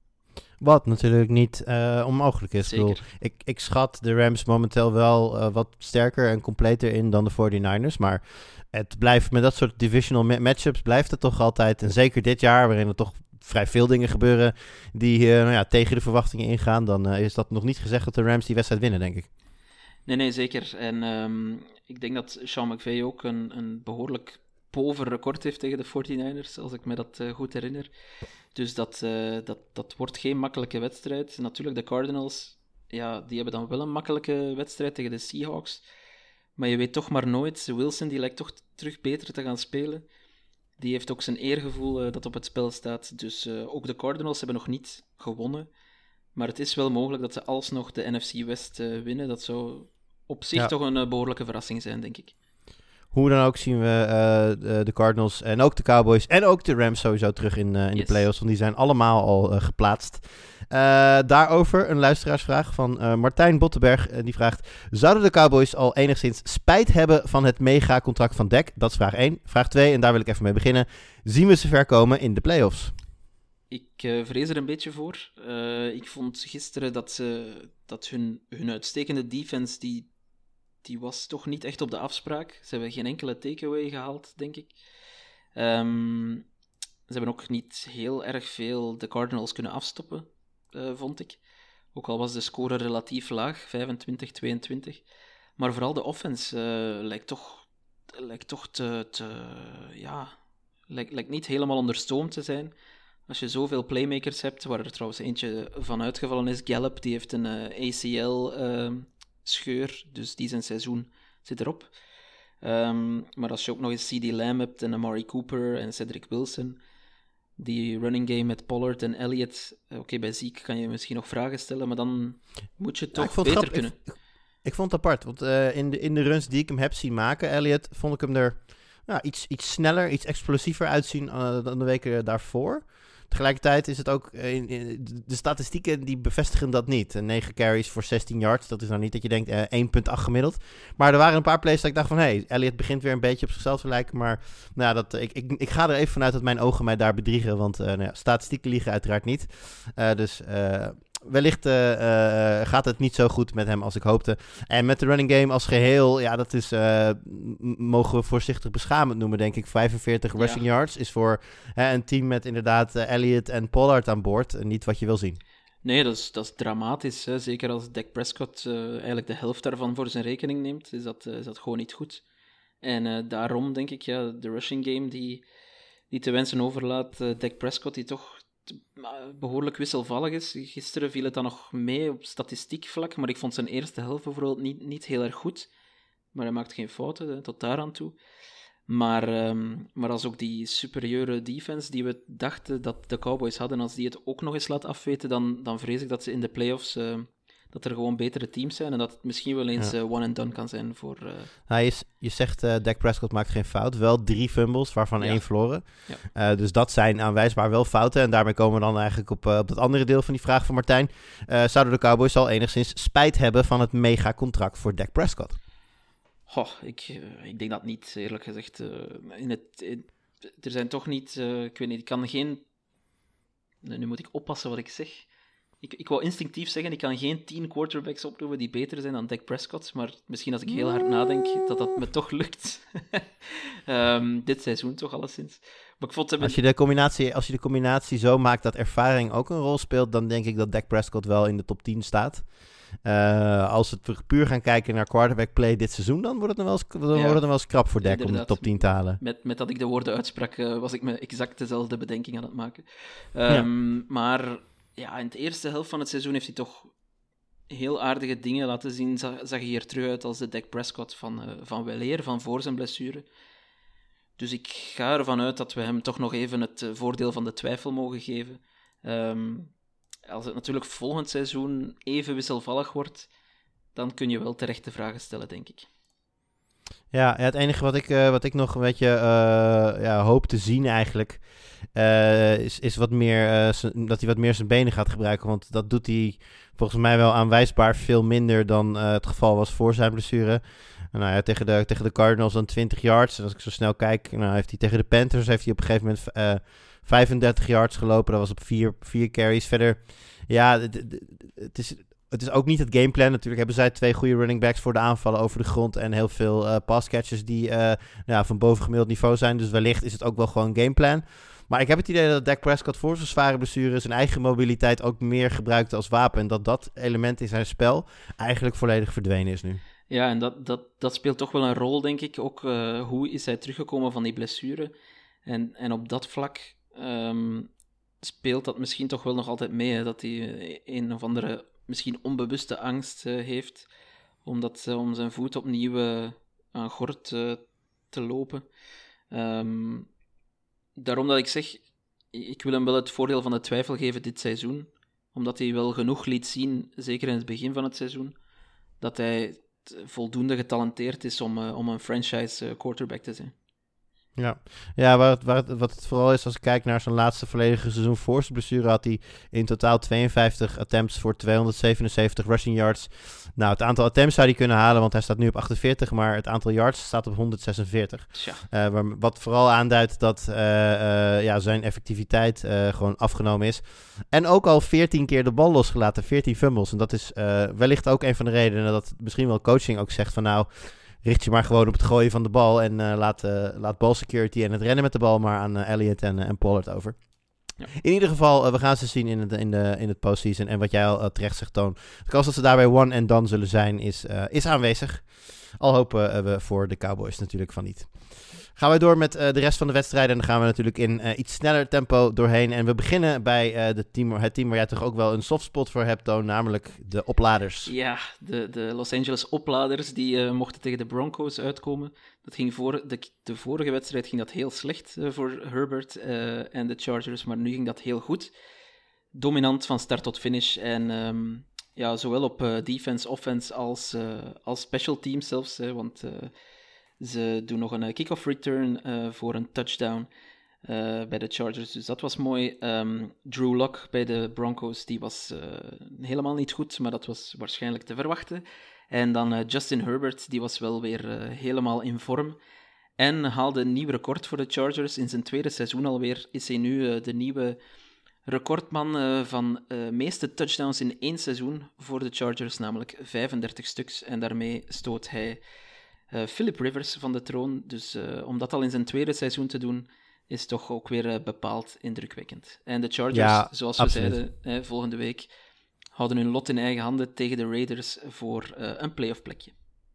Wat natuurlijk niet uh, onmogelijk is. Ik, bedoel, ik, ik schat de Rams momenteel wel uh, wat sterker en completer in dan de forty-niners. Maar het blijft met dat soort divisional ma- matchups blijft het toch altijd. En zeker dit jaar, waarin er toch vrij veel dingen gebeuren die uh, nou ja, tegen de verwachtingen ingaan. Dan uh, is dat nog niet gezegd dat de Rams die wedstrijd winnen, denk ik. Nee, nee, zeker. En um, ik denk dat Sean McVay ook een, een behoorlijk pover record heeft tegen de forty-niners, als ik me dat uh, goed herinner. Dus dat, uh, dat, dat wordt geen makkelijke wedstrijd. Natuurlijk, de Cardinals, ja, die hebben dan wel een makkelijke wedstrijd tegen de Seahawks. Maar je weet toch maar nooit. Wilson, die lijkt toch terug beter te gaan spelen. Die heeft ook zijn eergevoel uh, dat op het spel staat. Dus uh, ook de Cardinals hebben nog niet gewonnen. Maar het is wel mogelijk dat ze alsnog de N F C West uh, winnen. Dat zou op zich ja. toch een uh, behoorlijke verrassing zijn, denk ik. Hoe dan ook zien we uh, de Cardinals en ook de Cowboys en ook de Rams sowieso terug in, uh, in yes. de playoffs. Want die zijn allemaal al uh, geplaatst. Uh, daarover een luisteraarsvraag van uh, Martijn Bottenberg. Uh, die vraagt, zouden de Cowboys al enigszins spijt hebben van het mega-contract van Dak? Dat is vraag één. Vraag twee, en daar wil ik even mee beginnen. Zien we ze ver komen in de playoffs? Ik uh, vrees er een beetje voor. Uh, ik vond gisteren dat, ze, dat hun, hun uitstekende defense, die, die was toch niet echt op de afspraak. Ze hebben geen enkele takeaway gehaald, denk ik. Um, ze hebben ook niet heel erg veel de Cardinals kunnen afstoppen, uh, vond ik. Ook al was de score relatief laag, vijfentwintig tweeëntwintig. Maar vooral de offense uh, lijkt toch, lijkt toch te, te ja, lijkt, lijkt niet helemaal onder stoom te zijn. Als je zoveel playmakers hebt, waar er trouwens eentje van uitgevallen is, Gallup, die heeft een uh, A C L-scheur, uh, dus die zijn seizoen zit erop. Um, maar als je ook nog eens C D Lamb hebt en Amari Cooper en Cedric Wilson, die running game met Pollard en Elliott, oké, okay, bij Zeke kan je misschien nog vragen stellen, maar dan moet je toch ja, beter grap, kunnen. Ik, ik vond het apart, want uh, in, de, in de runs die ik hem heb zien maken, Elliott, vond ik hem er nou, iets, iets sneller, iets explosiever uitzien uh, dan de weken daarvoor. Tegelijkertijd is het ook, in, in, de statistieken die bevestigen dat niet. negen carries voor zestien yards, dat is nou niet dat je denkt uh, één komma acht gemiddeld. Maar er waren een paar plays dat ik dacht van, hé, hey, Elliott begint weer een beetje op zichzelf te lijken. Maar nou, dat, ik, ik, ik ga er even vanuit dat mijn ogen mij daar bedriegen, want uh, nou ja, statistieken liegen uiteraard niet. Uh, dus... Uh, Wellicht uh, uh, gaat het niet zo goed met hem als ik hoopte. En met de running game als geheel, ja, dat is, uh, m- mogen we voorzichtig beschamend noemen, denk ik. vijfenveertig ja. rushing yards is voor uh, een team met inderdaad uh, Elliott en Pollard aan boord uh, niet wat je wil zien. Nee, dat is, dat is dramatisch. Hè. Zeker als Dak Prescott uh, eigenlijk de helft daarvan voor zijn rekening neemt, is dat, uh, is dat gewoon niet goed. En uh, daarom denk ik, ja, de rushing game die, die te wensen overlaat, uh, Dak Prescott, die toch behoorlijk wisselvallig is. Gisteren viel het dan nog mee op statistiek vlak, maar ik vond zijn eerste helft bijvoorbeeld niet, niet heel erg goed. Maar hij maakt geen fouten, tot daar aan toe. Maar, um, maar als ook die superieure defense die we dachten dat de Cowboys hadden, als die het ook nog eens laat afweten, dan, dan vrees ik dat ze in de playoffs... Uh, dat er gewoon betere teams zijn en dat het misschien wel eens ja. uh, one and done kan zijn voor... Uh... Nou, je, je zegt uh, Dak Prescott maakt geen fout. Wel drie fumbles, waarvan ja. één verloren. Ja. Uh, dus dat zijn aanwijsbaar wel fouten. En daarmee komen we dan eigenlijk op, uh, op dat andere deel van die vraag van Martijn. Uh, zouden de Cowboys al enigszins spijt hebben van het megacontract voor Dak Prescott? Goh, ik, uh, ik denk dat niet, eerlijk gezegd. Uh, in het, in, er zijn toch niet... Uh, ik weet niet, ik kan geen... Nu moet ik oppassen wat ik zeg... Ik, ik wou instinctief zeggen, ik kan geen tien quarterbacks opnoemen die beter zijn dan Dak Prescott, maar misschien als ik heel hard nadenk, dat dat me toch lukt. um, dit seizoen toch, alleszins. Maar ik vond hem... als, je de combinatie, als je de combinatie zo maakt dat ervaring ook een rol speelt, dan denk ik dat Dak Prescott wel in de top tien staat. Uh, als we puur gaan kijken naar quarterback play dit seizoen, dan wordt het dan wel eens, dan ja, wordt het dan wel eens krap voor Dak om de top tien te halen. Met, met dat ik de woorden uitsprak, uh, was ik me exact dezelfde bedenking aan het maken. Um, ja. Maar... Ja, in de eerste helft van het seizoen heeft hij toch heel aardige dingen laten zien. Zag, zag hij er terug uit als de Dak Prescott van, uh, van weleer, van voor zijn blessure. Dus ik ga ervan uit dat we hem toch nog even het uh, voordeel van de twijfel mogen geven. Um, als het natuurlijk volgend seizoen even wisselvallig wordt, dan kun je wel terechte vragen stellen, denk ik. Ja, het enige wat ik, uh, wat ik nog een beetje uh, ja, hoop te zien eigenlijk, uh, is, is wat meer, uh, s- dat hij wat meer zijn benen gaat gebruiken. Want dat doet hij volgens mij wel aanwijsbaar veel minder dan uh, het geval was voor zijn blessure. Nou ja, tegen de, tegen de Cardinals dan twintig yards. En als ik zo snel kijk, nou heeft hij tegen de Panthers heeft hij op een gegeven moment uh, vijfendertig yards gelopen. Dat was op vier, vier carries. Verder, ja, d- d- het is... Het is ook niet het gameplan. Natuurlijk hebben zij twee goede running backs voor de aanvallen over de grond. En heel veel uh, passcatchers die uh, nou, van bovengemiddeld niveau zijn. Dus wellicht is het ook wel gewoon gameplan. Maar ik heb het idee dat Dak Prescott voor zijn zware blessure zijn eigen mobiliteit ook meer gebruikt als wapen. En dat dat element in zijn spel eigenlijk volledig verdwenen is nu. Ja, en dat, dat, dat speelt toch wel een rol, denk ik. Ook uh, hoe is hij teruggekomen van die blessure. En, en op dat vlak um, speelt dat misschien toch wel nog altijd mee. Hè, dat hij een of andere... misschien onbewuste angst uh, heeft, omdat, uh, om zijn voet opnieuw uh, aan gort uh, te lopen. Um, daarom dat ik zeg, ik wil hem wel het voordeel van de twijfel geven dit seizoen, omdat hij wel genoeg liet zien, zeker in het begin van het seizoen, dat hij voldoende getalenteerd is om, uh, om een franchise uh, quarterback te zijn. Ja, ja waar het, waar het, wat het vooral is als ik kijk naar zijn laatste volledige seizoen voor zijn blessure, had hij in totaal tweeënvijftig attempts voor tweehonderdzevenenzeventig rushing yards. Nou, het aantal attempts zou hij kunnen halen, want hij staat nu op achtenveertig, maar het aantal yards staat op honderdzesenveertig. Uh, waar, wat vooral aanduidt dat uh, uh, ja, zijn effectiviteit uh, gewoon afgenomen is. En ook al veertien keer de bal losgelaten, veertien fumbles. En dat is uh, wellicht ook een van de redenen dat misschien wel coaching ook zegt van nou... richt je maar gewoon op het gooien van de bal en uh, laat, uh, laat ball security en het rennen met de bal maar aan uh, Elliott en, uh, en Pollard over. Ja. In ieder geval, uh, we gaan ze zien in het, in de, in het postseason. En wat jij al uh, terecht zegt, Toon. De kans dat ze daarbij one and done zullen zijn, is, uh, is aanwezig. Al hopen uh, we voor de Cowboys natuurlijk van niet. Gaan we door met uh, de rest van de wedstrijden. En dan gaan we natuurlijk in uh, iets sneller tempo doorheen. En we beginnen bij uh, de team, het team waar jij toch ook wel een softspot voor hebt, Toon. Namelijk de opladers. Ja, de, de Los Angeles opladers die uh, mochten tegen de Broncos uitkomen. Dat ging voor de, de vorige wedstrijd ging dat heel slecht uh, voor Herbert uh, en de Chargers. Maar nu ging dat heel goed. Dominant van start tot finish. En um, ja, zowel op uh, defense, offense als, uh, als special teams zelfs. Uh, want... Uh, Ze doen nog een uh, kick-off return uh, voor een touchdown uh, bij de Chargers. Dus dat was mooi. Um, Drew Lock bij de Broncos, die was uh, helemaal niet goed, maar dat was waarschijnlijk te verwachten. En dan uh, Justin Herbert, die was wel weer uh, helemaal in vorm. En haalde een nieuw record voor de Chargers. In zijn tweede seizoen alweer is hij nu uh, de nieuwe recordman uh, van uh, meeste touchdowns in één seizoen voor de Chargers, namelijk vijfendertig stuks. En daarmee stoot hij... Uh, Philip Rivers van de troon, dus uh, om dat al in zijn tweede seizoen te doen, is toch ook weer uh, bepaald indrukwekkend. En de Chargers, ja, zoals we absoluut. zeiden, hè, volgende week houden hun lot in eigen handen tegen de Raiders voor uh, een playoff plekje.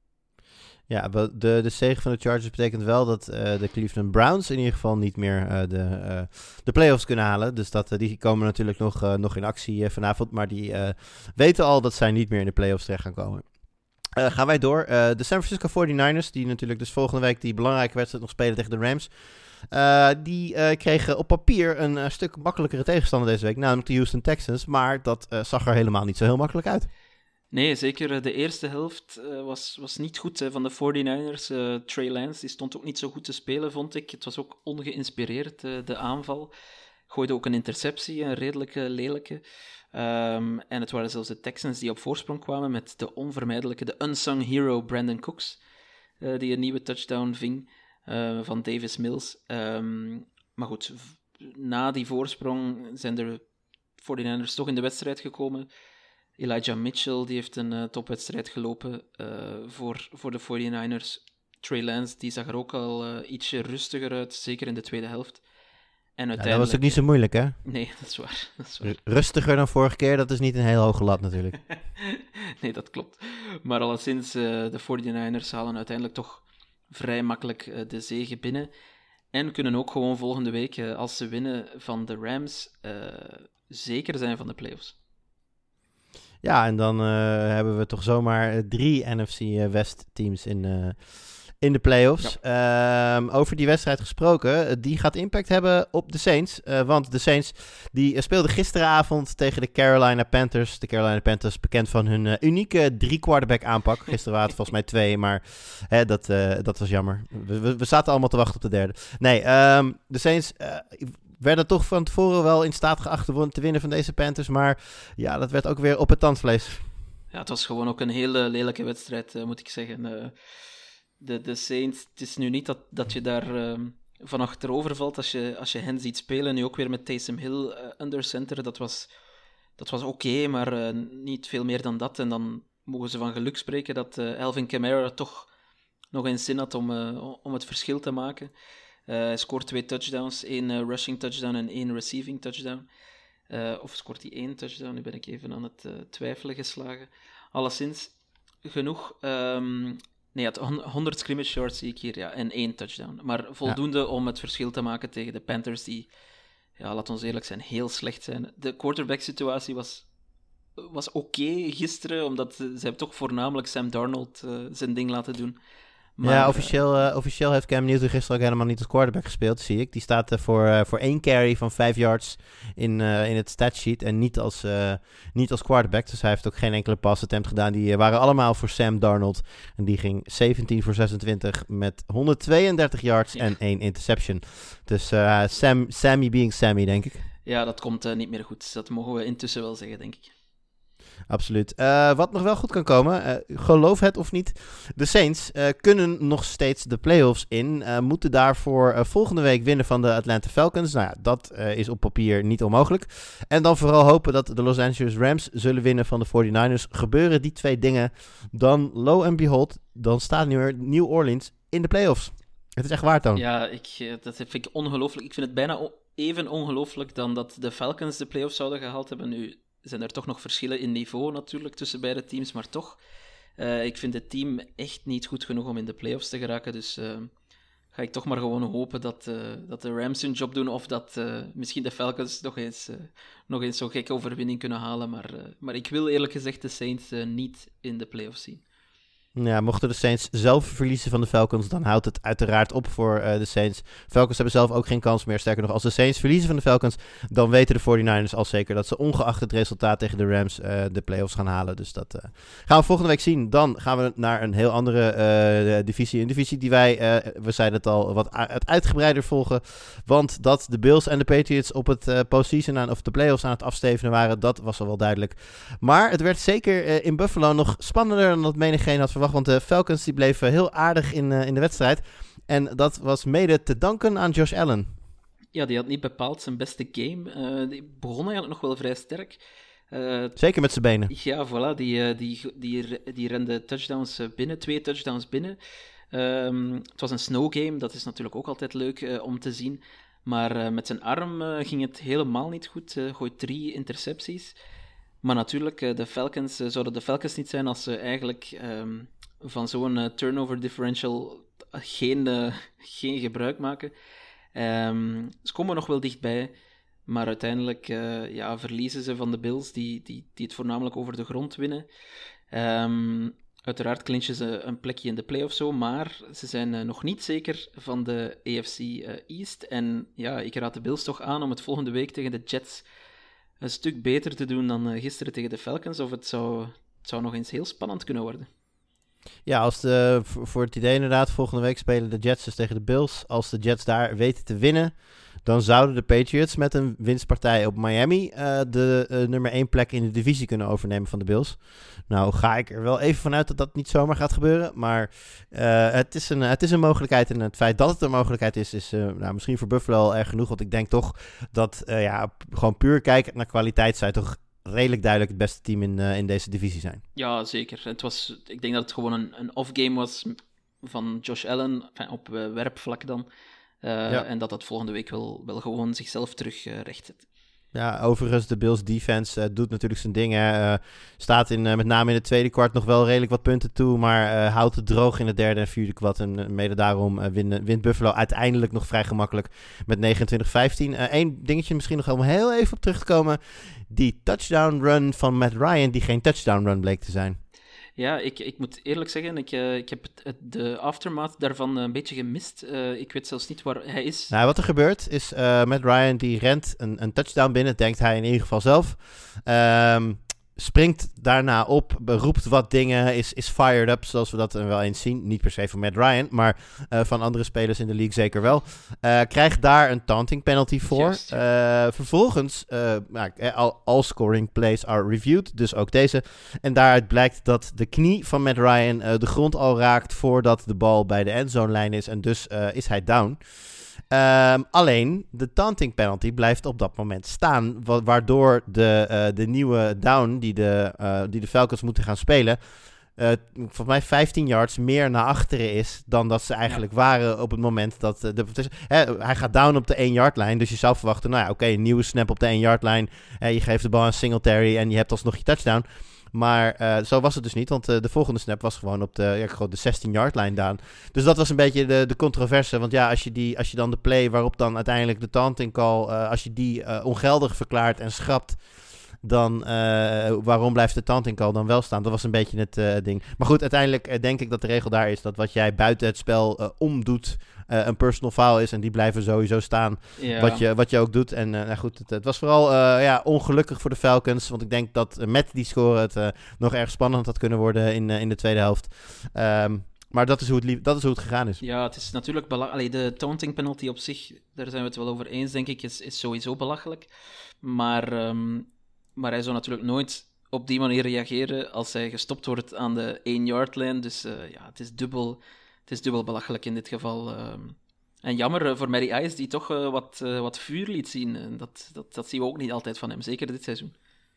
Ja, de, de zege van de Chargers betekent wel dat uh, de Cleveland Browns in ieder geval niet meer uh, de, uh, de playoffs kunnen halen. Dus dat, uh, die komen natuurlijk nog, uh, nog in actie uh, vanavond, maar die uh, weten al dat zij niet meer in de playoffs terecht gaan komen. Uh, gaan wij door. Uh, de San Francisco forty-niners, die natuurlijk dus volgende week die belangrijke wedstrijd nog spelen tegen de Rams. Uh, die uh, kregen op papier een uh, stuk makkelijkere tegenstander deze week, namelijk de Houston Texans. Maar dat uh, zag er helemaal niet zo heel makkelijk uit. Nee, zeker de eerste helft uh, was, was niet goed hè, van de forty-niners. Uh, Trey Lance die stond ook niet zo goed te spelen, vond ik. Het was ook ongeïnspireerd, uh, de aanval. Gooide ook een interceptie, een redelijke, lelijke. Um, en het waren zelfs de Texans die op voorsprong kwamen met de onvermijdelijke, de unsung hero Brandon Cooks, uh, die een nieuwe touchdown ving uh, van Davis Mills. Um, maar goed, v- na die voorsprong zijn de forty-niners toch in de wedstrijd gekomen. Elijah Mitchell die heeft een uh, topwedstrijd gelopen uh, voor, voor de forty-niners. Trey Lance die zag er ook al uh, ietsje rustiger uit, zeker in de tweede helft. En ja, dat was ook niet zo moeilijk, hè? Nee, dat is waar. Dat is waar. Rustiger dan vorige keer, dat is niet een heel hoge lat natuurlijk. Nee, dat klopt. Maar alleszins, uh, de forty-niners halen uiteindelijk toch vrij makkelijk uh, de zege binnen. En kunnen ook gewoon volgende week, uh, als ze winnen van de Rams, uh, zeker zijn van de playoffs. Ja, en dan uh, hebben we toch zomaar uh, drie N F C West teams in... Uh, In de playoffs. Ja. Um, over die wedstrijd gesproken, die gaat impact hebben op de Saints. Uh, want de Saints die uh, speelden gisteravond tegen de Carolina Panthers. De Carolina Panthers bekend van hun uh, unieke drie-quarterback aanpak. Gisteren waren het volgens mij twee, maar hè, dat, uh, dat was jammer. We, we, we zaten allemaal te wachten op de derde. Nee, um, de Saints... Uh, werden toch van tevoren wel in staat geacht te winnen van deze Panthers. Maar ja, dat werd ook weer op het tandvlees. Ja, het was gewoon ook een hele lelijke wedstrijd, uh, moet ik zeggen. Uh, de, de Saints, het is nu niet dat, dat je daar uh, van achterover valt als je, als je hen ziet spelen. Nu ook weer met Taysom Hill uh, under center. Dat was, dat was oké, okay, maar uh, niet veel meer dan dat. En dan mogen ze van geluk spreken dat uh, Alvin Kamara toch nog eens zin had om, uh, om het verschil te maken. Uh, hij scoort twee touchdowns, één uh, rushing touchdown en één receiving touchdown. Uh, of scoort hij één touchdown? Nu ben ik even aan het uh, twijfelen geslagen. Alleszins, genoeg. Um, nee, het honderd scrimmage yards zie ik hier, ja, en één touchdown. Maar voldoende ja. om het verschil te maken tegen de Panthers, die, ja, laat ons eerlijk zijn, heel slecht zijn. De quarterback-situatie was, was oké okay gisteren, omdat ze hebben toch voornamelijk Sam Darnold uh, zijn ding laten doen. Maar, ja, officieel, uh, officieel heeft Cam Newton gisteren ook helemaal niet als quarterback gespeeld, zie ik. Die staat uh, voor, uh, voor één carry van vijf yards in, uh, in het statsheet en niet als, uh, niet als quarterback. Dus hij heeft ook geen enkele pass attempt gedaan. Die uh, waren allemaal voor Sam Darnold. En die ging zeventien voor zesentwintig met honderdtweeëndertig yards ja. en één interception. Dus uh, Sam, Sammy being Sammy, denk ik. Ja, dat komt uh, niet meer goed. Dat mogen we intussen wel zeggen, denk ik. Absoluut. Uh, wat nog wel goed kan komen, uh, geloof het of niet, de Saints uh, kunnen nog steeds de playoffs in. Uh, moeten daarvoor uh, volgende week winnen van de Atlanta Falcons. Nou ja, dat uh, is op papier niet onmogelijk. En dan vooral hopen dat de Los Angeles Rams zullen winnen van de forty-niners. Gebeuren die twee dingen, dan lo and behold, dan staat nu New Orleans in de playoffs. Het is echt waar, Toon. Ja, ik, dat vind ik ongelooflijk. Ik vind het bijna even ongelooflijk dan dat de Falcons de playoffs zouden gehaald hebben. Nu zijn er toch nog verschillen in niveau natuurlijk tussen beide teams, maar toch, uh, ik vind het team echt niet goed genoeg om in de playoffs te geraken. Dus uh, ga ik toch maar gewoon hopen dat, uh, dat de Rams hun job doen of dat uh, misschien de Falcons nog eens, uh, nog eens zo'n gekke overwinning kunnen halen. Maar, uh, maar ik wil eerlijk gezegd de Saints uh, niet in de playoffs zien. Ja, mochten de Saints zelf verliezen van de Falcons, dan houdt het uiteraard op voor uh, de Saints. Falcons hebben zelf ook geen kans meer. Sterker nog, als de Saints verliezen van de Falcons, dan weten de forty-niners al zeker dat ze ongeacht het resultaat tegen de Rams uh, de playoffs gaan halen. Dus dat uh, gaan we volgende week zien. Dan gaan we naar een heel andere uh, divisie. Een divisie die wij, uh, we zeiden het al, wat u- uitgebreider volgen. Want dat de Bills en de Patriots op het uh, postseason aan, of de playoffs aan het afstevenen waren, dat was al wel duidelijk. Maar het werd zeker uh, in Buffalo nog spannender dan dat menigeen had verwacht. Want de Falcons die bleven heel aardig in, uh, in de wedstrijd. En dat was mede te danken aan Josh Allen. Ja, die had niet bepaald zijn beste game. Uh, die begon eigenlijk nog wel vrij sterk. Uh, Zeker met zijn benen. Ja, voilà. Die, uh, die, die, die rende touchdowns binnen, twee touchdowns binnen. Um, het was een snow game, dat is natuurlijk ook altijd leuk uh, om te zien. Maar uh, met zijn arm uh, ging het helemaal niet goed. Uh, gooit drie intercepties. Maar natuurlijk, uh, de Falcons uh, zouden de Falcons niet zijn als ze eigenlijk um, van zo'n uh, turnover differential geen, uh, geen gebruik maken. Um, ze komen nog wel dichtbij, maar uiteindelijk uh, ja, verliezen ze van de Bills, die, die, die het voornamelijk over de grond winnen. Um, uiteraard clinchen ze een plekje in de playoffs zo, maar ze zijn uh, nog niet zeker van de A F C uh, East. En ja, ik raad de Bills toch aan om het volgende week tegen de Jets een stuk beter te doen dan uh, gisteren tegen de Falcons, of het zou, het zou nog eens heel spannend kunnen worden. Ja, als de, voor het idee inderdaad, volgende week spelen de Jets dus tegen de Bills. Als de Jets daar weten te winnen, dan zouden de Patriots met een winstpartij op Miami uh, de uh, nummer één plek in de divisie kunnen overnemen van de Bills. Nou ga ik er wel even vanuit dat dat niet zomaar gaat gebeuren, maar uh, het, is een, het is een mogelijkheid. En het feit dat het een mogelijkheid is, is uh, nou, misschien voor Buffalo al erg genoeg. Want ik denk toch dat, uh, ja, p- gewoon puur kijken naar kwaliteit, zij toch redelijk duidelijk het beste team in, uh, in deze divisie zijn. Ja, zeker. Het was, ik denk dat het gewoon een, een off-game was van Josh Allen, enfin, op uh, werpvlak dan. Uh, ja. En dat dat volgende week wel, wel gewoon zichzelf terug uh, rechtzet. Ja, overigens, de Bills defense uh, doet natuurlijk zijn ding. Hè. Uh, staat in, uh, met name in het tweede kwart nog wel redelijk wat punten toe, maar uh, houdt het droog in het derde en vierde kwart. En uh, mede daarom uh, win, wint Buffalo uiteindelijk nog vrij gemakkelijk met negenentwintig vijftien. Eén uh, dingetje misschien nog om heel even op terug te komen. Die touchdown run van Matt Ryan, die geen touchdown run bleek te zijn. Ja, ik, ik moet eerlijk zeggen, ik, uh, ik heb het, het, de aftermath daarvan een beetje gemist. Uh, ik weet zelfs niet waar hij is. Nou, wat er gebeurt is, uh, Matt Ryan die rent een, een touchdown binnen, denkt hij in ieder geval zelf. Um, springt daarna op, roept wat dingen, is, is fired up, zoals we dat wel eens zien. Niet per se van Matt Ryan, maar uh, van andere spelers in de league zeker wel. Uh, krijgt daar een taunting penalty voor. Just, ja. uh, vervolgens, uh, nou, all, all scoring plays are reviewed, dus ook deze. En daaruit blijkt dat de knie van Matt Ryan uh, de grond al raakt voordat de bal bij de endzone-lijn is. En dus uh, is hij down. Um, alleen, de taunting penalty blijft op dat moment staan, wa- waardoor de, uh, de nieuwe down die de, uh, die de Falcons moeten gaan spelen, uh, volgens mij vijftien yards meer naar achteren is dan dat ze eigenlijk ja. waren op het moment dat... Uh, de, hè, hij gaat down op de één-yard-lijn, dus je zou verwachten, nou ja, oké, okay, een nieuwe snap op de één-yard-lijn, uh, je geeft de bal aan Singletary en je hebt alsnog je touchdown. Maar uh, zo was het dus niet, want uh, de volgende snap was gewoon op de, ja, gewoon de zestien-yard-lijn daan. Dus dat was een beetje de, de controverse. Want ja, als je, die, als je dan de play waarop dan uiteindelijk de taunting call, uh, als je die uh, ongeldig verklaart en schrapt, dan uh, waarom blijft de taunting call dan wel staan? Dat was een beetje het uh, ding. Maar goed, uiteindelijk uh, denk ik dat de regel daar is dat wat jij buiten het spel uh, omdoet, uh, een personal foul is. En die blijven sowieso staan, ja. wat, je, wat je ook doet. En uh, nou goed, het, het was vooral uh, ja, ongelukkig voor de Falcons. Want ik denk dat uh, met die score het uh, nog erg spannend had kunnen worden in, uh, in de tweede helft. Um, Maar dat is, hoe het lief, dat is hoe het gegaan is. Ja, het is natuurlijk belachelijk. De taunting penalty op zich, daar zijn we het wel over eens, denk ik, is, is sowieso belachelijk. Maar, um, maar hij zou natuurlijk nooit op die manier reageren als hij gestopt wordt aan de één-yard-lijn. Dus uh, ja, het is, dubbel, het is dubbel belachelijk in dit geval. Um, en jammer uh, voor Matty Ice, die toch uh, wat, uh, wat vuur liet zien. En dat, dat, dat zien we ook niet altijd van hem, zeker dit seizoen.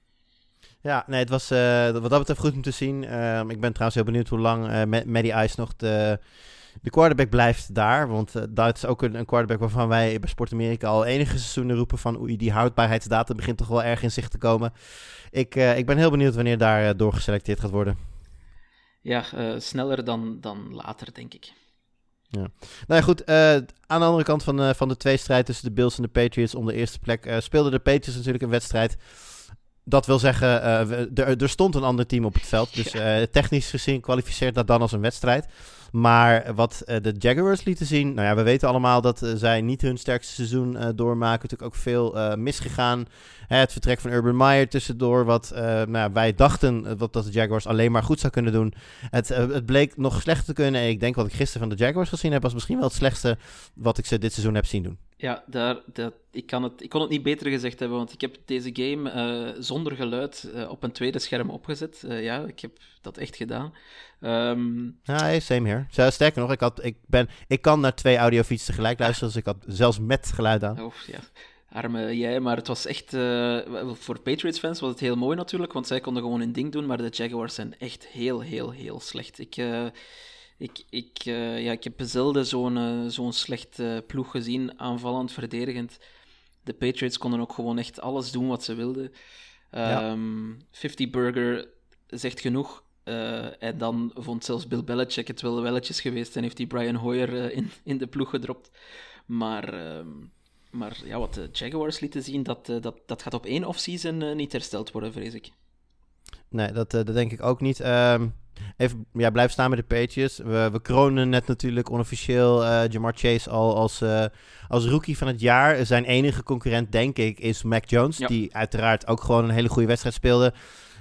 Ja, nee, het was uh, wat dat betreft goed om te zien. Uh, ik ben trouwens heel benieuwd hoe lang uh, Matty Ice nog de, De quarterback blijft daar, want uh, dat is ook een, een quarterback waarvan wij bij Sport Amerika al enige seizoenen roepen van oei, die houdbaarheidsdatum begint toch wel erg in zicht te komen. Ik, uh, ik ben heel benieuwd wanneer daar uh, door geselecteerd gaat worden. Ja, uh, sneller dan, dan later, denk ik. Ja. Nou ja, goed. Uh, aan de andere kant van, uh, van de tweestrijd tussen de Bills en de Patriots om de eerste plek uh, speelden de Patriots natuurlijk een wedstrijd. Dat wil zeggen, uh, er, er stond een ander team op het veld. Dus uh, technisch gezien kwalificeert dat dan als een wedstrijd. Maar wat uh, de Jaguars lieten zien... Nou ja, we weten allemaal dat uh, zij niet hun sterkste seizoen uh, doormaken. Natuurlijk ook veel uh, misgegaan. Hè, het vertrek van Urban Meyer tussendoor. Wat uh, nou ja, wij dachten uh, dat, dat de Jaguars alleen maar goed zou kunnen doen. Het, uh, het bleek nog slechter te kunnen. En ik denk wat ik gisteren van de Jaguars gezien heb... was misschien wel het slechtste wat ik ze dit seizoen heb zien doen. Ja, daar, dat, ik, kan het, ik kon het niet beter gezegd hebben, want ik heb deze game uh, zonder geluid uh, op een tweede scherm opgezet. Uh, ja, ik heb dat echt gedaan. Um... Ja, same here. Sterker nog, ik, had, ik, ben, ik kan naar twee audiofeeds tegelijk luisteren, dus ik had zelfs met geluid aan. Oh, ja. Arme jij, maar het was echt... Uh, voor Patriots-fans was het heel mooi natuurlijk, want zij konden gewoon hun ding doen, maar de Jaguars zijn echt heel, heel, heel slecht. Ik... Uh, Ik, ik, uh, ja, ik heb zelden zo'n, uh, zo'n slecht uh, ploeg gezien, aanvallend, verdedigend. De Patriots konden ook gewoon echt alles doen wat ze wilden. Um, ja. fifty Burger zegt genoeg. Uh, en dan vond zelfs Bill Belichick het wel welletjes geweest en heeft hij Brian Hoyer uh, in, in de ploeg gedropt. Maar, uh, maar ja, wat de Jaguars lieten zien, dat, uh, dat, dat gaat op één offseason uh, niet hersteld worden, vrees ik. Nee, dat, uh, dat denk ik ook niet. Um... Even ja, blijf staan met de Patriots. We, we kronen net natuurlijk onofficieel uh, Jamar Chase al als, uh, als rookie van het jaar. Zijn enige concurrent, denk ik, is Mac Jones. Ja. Die uiteraard ook gewoon een hele goede wedstrijd speelde.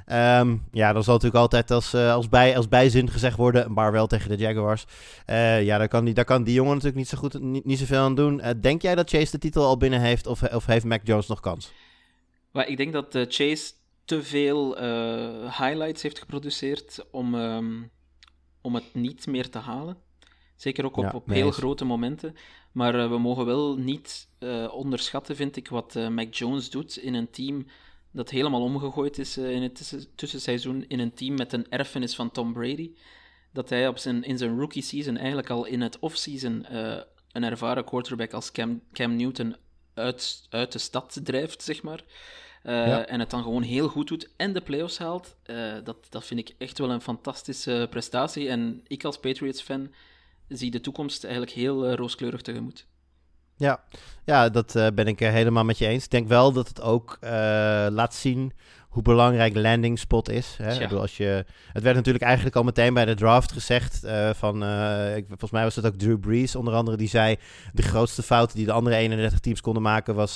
Um, ja, dan zal natuurlijk altijd als, uh, als, bij, als bijzin gezegd worden, maar wel tegen de Jaguars. Uh, ja, daar kan, die, daar kan die jongen natuurlijk niet, zo goed, niet, niet zoveel aan doen. Uh, denk jij dat Chase de titel al binnen heeft of, of heeft Mac Jones nog kans? Maar ik denk dat uh, Chase... te veel uh, highlights heeft geproduceerd om, um, om het niet meer te halen. Zeker ook op, ja, op heel eens. grote momenten. Maar uh, we mogen wel niet uh, onderschatten, vind ik, wat uh, Mac Jones doet in een team dat helemaal omgegooid is uh, in het tussen- tussenseizoen. In een team met een erfenis van Tom Brady. Dat hij op zijn, in zijn rookie season eigenlijk al in het offseason uh, een ervaren quarterback als Cam, Cam Newton uit, uit de stad drijft, zeg maar. Uh, ja. En het dan gewoon heel goed doet en de playoffs haalt, uh, dat, dat vind ik echt wel een fantastische prestatie. En ik als Patriots-fan zie de toekomst eigenlijk heel uh, rooskleurig tegemoet. Ja, ja dat uh, ben ik uh, helemaal met je eens. Ik denk wel dat het ook uh, laat zien hoe belangrijk landing spot is. Hè? Ja. Ik bedoel, als je, het werd natuurlijk eigenlijk al meteen bij de draft gezegd uh, van, uh, ik, volgens mij was het ook Drew Brees onder andere, die zei de grootste fout die de andere eenendertig teams konden maken was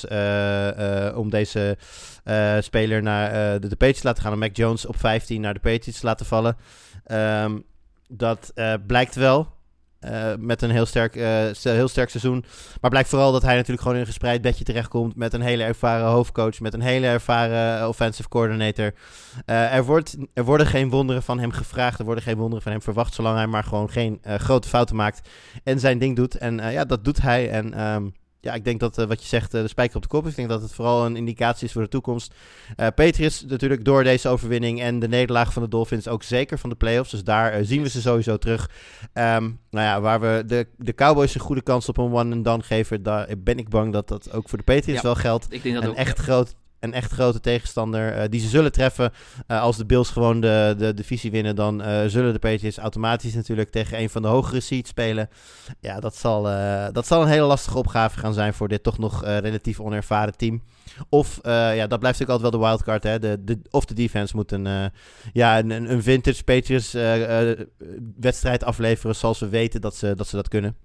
uh, uh, om deze uh, speler naar uh, de, de Patriots te laten gaan, om Mac Jones op vijftien naar de Patriots te laten vallen. Um, dat uh, blijkt wel. Uh, met een heel sterk, uh, heel sterk seizoen. Maar blijkt vooral dat hij natuurlijk gewoon in een gespreid bedje terechtkomt. Met een hele ervaren hoofdcoach. Met een hele ervaren offensive coordinator. Uh, er, wordt, er worden geen wonderen van hem gevraagd. Er worden geen wonderen van hem verwacht. Zolang hij maar gewoon geen uh, grote fouten maakt. En zijn ding doet. En uh, ja, dat doet hij. En um, ja, ik denk dat uh, wat je zegt uh, de spijker op de kop is. Ik denk dat het vooral een indicatie is voor de toekomst. Uh, Patriots natuurlijk door deze overwinning en de nederlaag van de Dolphins ook zeker van de playoffs. Dus daar uh, zien we ze sowieso terug. Um, nou ja, waar we de, de Cowboys een goede kans op een one-and-done geven, daar ben ik bang dat dat ook voor de Patriots ja, wel geldt. Ik denk dat een ook, echt ja. groot... Een echt grote tegenstander uh, die ze zullen treffen. Uh, als de Bills gewoon de, de divisie winnen, dan uh, zullen de Patriots automatisch natuurlijk tegen een van de hogere seeds spelen. Ja, dat zal, uh, dat zal een hele lastige opgave gaan zijn voor dit toch nog uh, relatief onervaren team. Of, uh, ja, dat blijft natuurlijk altijd wel de wildcard. Hè? De, de, of de defense moet een, uh, ja, een, een vintage Patriots uh, uh, wedstrijd afleveren zoals we weten dat ze dat, ze dat kunnen.